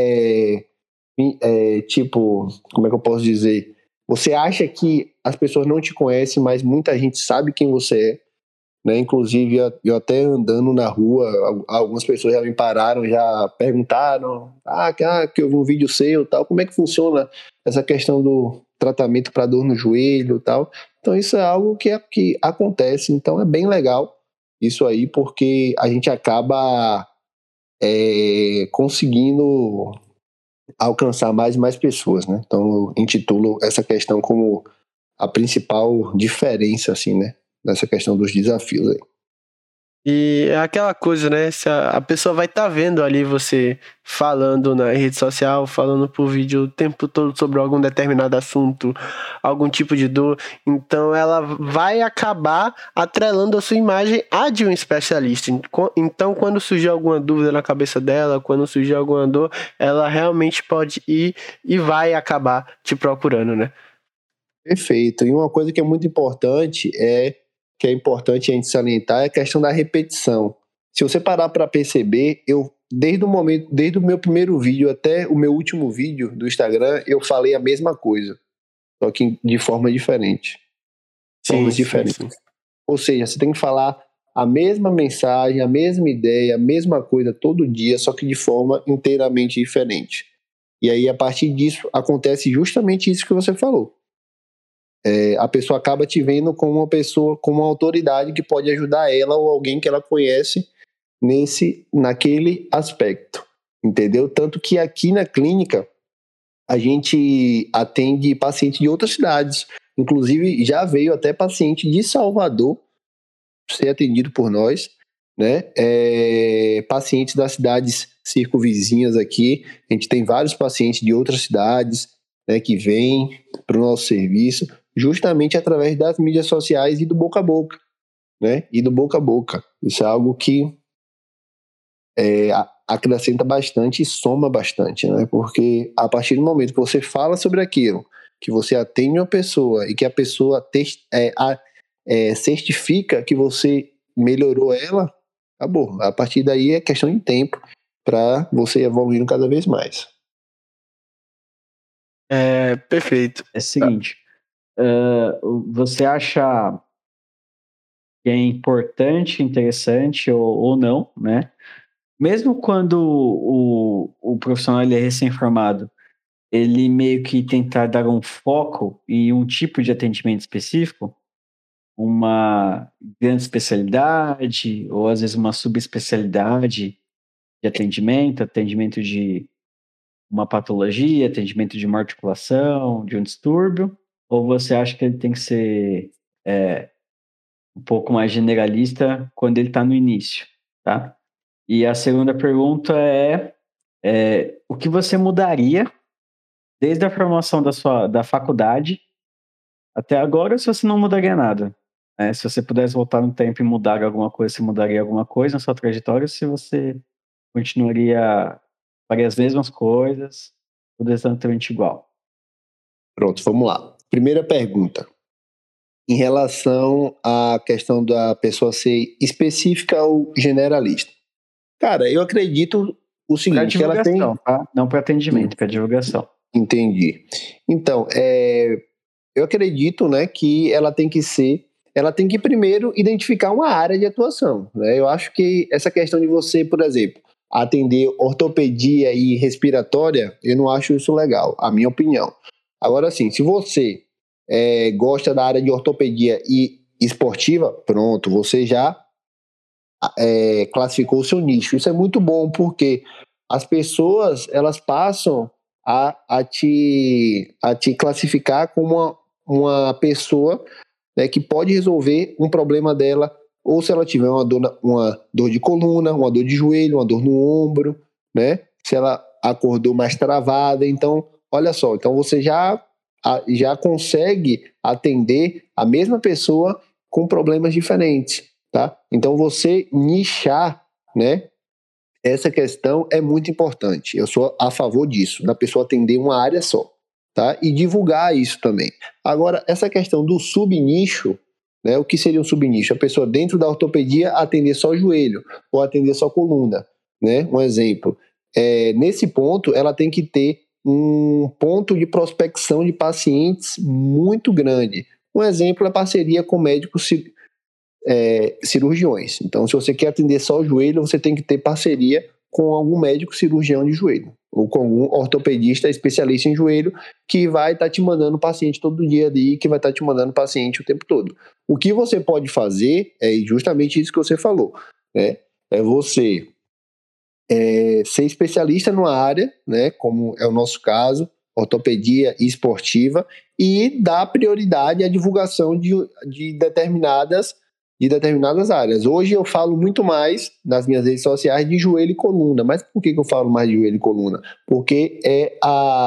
tipo, como é que eu posso dizer? Você acha que as pessoas não te conhecem, mas muita gente sabe quem você é, né? Inclusive, eu até andando na rua, algumas pessoas já me pararam, já perguntaram, que eu vi um vídeo seu, tal, como é que funciona essa questão do tratamento para dor no joelho, tal. Então isso é algo que acontece, então é bem legal isso aí, porque a gente acaba conseguindo alcançar mais e mais pessoas, né? Então eu intitulo essa questão como a principal diferença, assim, né? Nessa questão dos desafios aí. E é aquela coisa, né? Se a pessoa vai estar vendo ali você falando na rede social, falando por vídeo o tempo todo sobre algum determinado assunto, algum tipo de dor, então ela vai acabar atrelando a sua imagem à de um especialista. Então, quando surgir alguma dúvida na cabeça dela, quando surgir alguma dor, ela realmente pode ir e vai acabar te procurando, né? Perfeito. E uma coisa que é muito importante que é importante a gente salientar é a questão da repetição. Se você parar para perceber, desde o meu primeiro vídeo até o meu último vídeo do Instagram, eu falei a mesma coisa, só que de forma diferente, formas diferentes. Sim. Ou seja, você tem que falar a mesma mensagem, a mesma ideia, a mesma coisa todo dia, só que de forma inteiramente diferente. E aí, a partir disso, acontece justamente isso que você falou. A pessoa acaba te vendo como uma pessoa, como uma autoridade que pode ajudar ela ou alguém que ela conhece naquele aspecto, entendeu? Tanto que aqui na clínica a gente atende pacientes de outras cidades, inclusive já veio até paciente de Salvador ser atendido por nós, né? Pacientes das cidades circunvizinhas aqui, a gente tem vários pacientes de outras cidades, né, que vêm para o nosso serviço, justamente através das mídias sociais e do boca a boca, né? E do boca a boca. Isso é algo que acrescenta bastante e soma bastante, né? Porque a partir do momento que você fala sobre aquilo, que você atende uma pessoa e que a pessoa certifica que você melhorou ela, acabou. A partir daí é questão de tempo para você evoluindo cada vez mais. Perfeito. É o seguinte, você acha que é importante, interessante ou não, né? Mesmo quando o profissional ele é recém-formado, ele meio que tentar dar um foco e um tipo de atendimento específico, uma grande especialidade, ou às vezes uma subespecialidade de atendimento de uma patologia, atendimento de uma articulação, de um distúrbio, ou você acha que ele tem que ser um pouco mais generalista quando ele está no início, tá? E a segunda pergunta é o que você mudaria desde a formação da faculdade até agora, ou se você não mudaria nada? Se você pudesse voltar no tempo e mudar alguma coisa, você mudaria alguma coisa na sua trajetória, ou se você faria as mesmas coisas, tudo exatamente igual? Pronto, vamos lá. Primeira pergunta. Em relação à questão da pessoa ser específica ou generalista. Cara, eu acredito o seguinte, que ela tem... Tá? Não para atendimento, para divulgação. Entendi. Então, eu acredito, né, que ela tem que primeiro identificar uma área de atuação, né? Eu acho que essa questão de você, por exemplo, atender ortopedia e respiratória, eu não acho isso legal, a minha opinião. Agora, sim, se você gosta da área de ortopedia e esportiva, pronto, você já classificou o seu nicho. Isso é muito bom, porque as pessoas, elas passam a te classificar como uma pessoa, né, que pode resolver um problema dela, ou se ela tiver uma dor de coluna, uma dor de joelho, uma dor no ombro, né? Se ela acordou mais travada. Então, olha só, então você já consegue atender a mesma pessoa com problemas diferentes, tá? Então, você nichar, né? Essa questão é muito importante. Eu sou a favor disso, da pessoa atender uma área só, tá? E divulgar isso também. Agora, essa questão do subnicho, né? O que seria um subnicho? A pessoa dentro da ortopedia atender só joelho ou atender só coluna, né? Um exemplo. Nesse ponto, ela tem que ter um ponto de prospecção de pacientes muito grande. Um exemplo é a parceria com médicos cirurgiões. Então, se você quer atender só o joelho, você tem que ter parceria com algum médico cirurgião de joelho, ou com algum ortopedista especialista em joelho, que vai estar te mandando paciente todo dia ali, que vai estar te mandando paciente o tempo todo. O que você pode fazer é justamente isso que você falou, né? É você ser especialista numa área, né, como é o nosso caso, ortopedia e esportiva, e dar prioridade à divulgação de determinadas áreas. Hoje eu falo muito mais nas minhas redes sociais de joelho e coluna. Mas por que eu falo mais de joelho e coluna? Porque é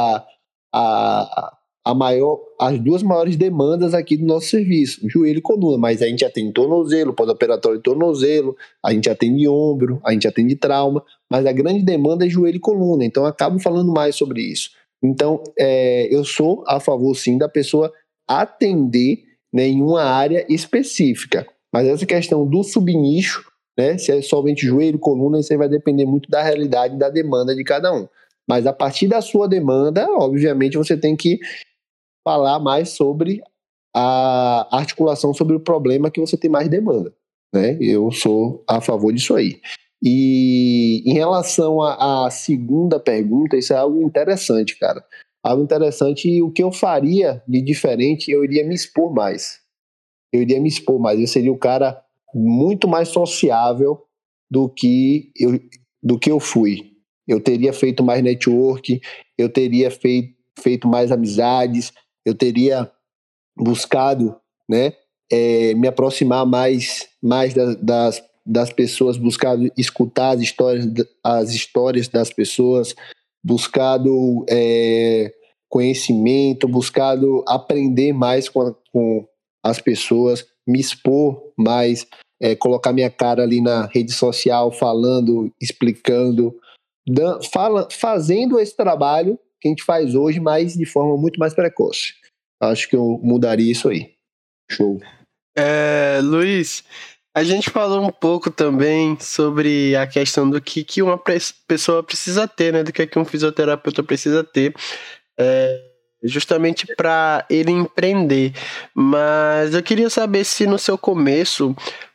as duas maiores demandas aqui do nosso serviço, joelho e coluna. Mas a gente atende tornozelo, pós-operatório de tornozelo, a gente atende ombro, a gente atende trauma, mas a grande demanda é joelho e coluna. Então eu acabo falando mais sobre isso. Então eu sou a favor sim da pessoa atender, né, em uma área específica. Mas essa questão do subnicho, né, se é somente joelho, coluna, isso aí vai depender muito da realidade e da demanda de cada um. Mas a partir da sua demanda, obviamente, você tem que falar mais sobre a articulação, sobre o problema que você tem mais demanda, né? Eu sou a favor disso aí. E em relação à segunda pergunta, isso é algo interessante, cara. Algo interessante, e o que eu faria de diferente, eu iria me expor mais. Eu seria um cara muito mais sociável do que eu fui. Eu teria feito mais network, eu teria feito mais amizades, eu teria buscado, né, me aproximar mais das pessoas, buscado escutar as histórias das pessoas, buscado conhecimento, buscado aprender mais com as pessoas, me expor mais, colocar minha cara ali na rede social, falando, explicando, fazendo esse trabalho que a gente faz hoje, mas de forma muito mais precoce. Acho que eu mudaria isso aí. Show. Luiz, a gente falou um pouco também sobre a questão do que uma pessoa precisa ter, né? Do que um fisioterapeuta precisa ter, justamente para ele empreender. Mas eu queria saber se no seu começo,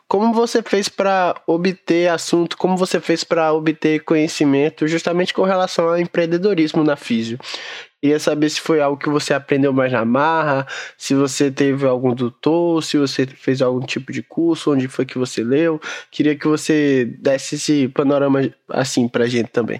como você fez para obter assunto, como você fez para obter conhecimento justamente com relação ao empreendedorismo na Físio. Queria saber se foi algo que você aprendeu mais na marra, se você teve algum tutor, se você fez algum tipo de curso, onde foi que você leu. Queria que você desse esse panorama assim pra gente também.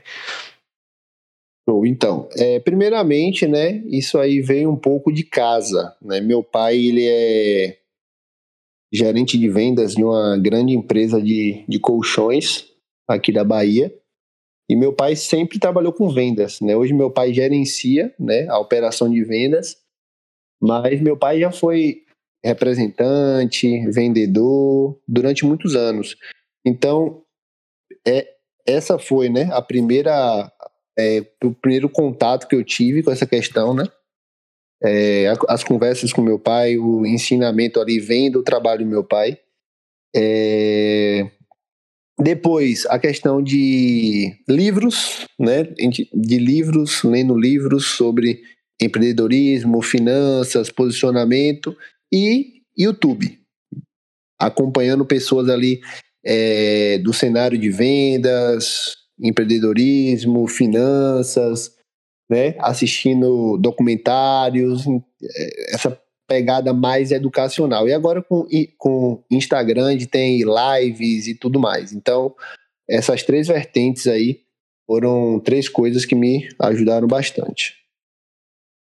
Então, primeiramente, né, isso aí veio um pouco de casa, né? Meu pai, ele é gerente de vendas de uma grande empresa de colchões aqui da Bahia. E meu pai sempre trabalhou com vendas, né? Hoje meu pai gerencia, né, a operação de vendas, mas meu pai já foi representante, vendedor durante muitos anos. Então, essa foi, né, o primeiro contato que eu tive com essa questão, né? As conversas com meu pai, o ensinamento ali vendo o trabalho do meu pai. Depois, a questão de livros, né? De livros, lendo livros sobre empreendedorismo, finanças, posicionamento e YouTube. Acompanhando pessoas ali do cenário de vendas, empreendedorismo, finanças, né? Assistindo documentários, essa pegada mais educacional. E agora com Instagram, a gente tem lives e tudo mais. Então, essas 3 vertentes aí foram 3 coisas que me ajudaram bastante.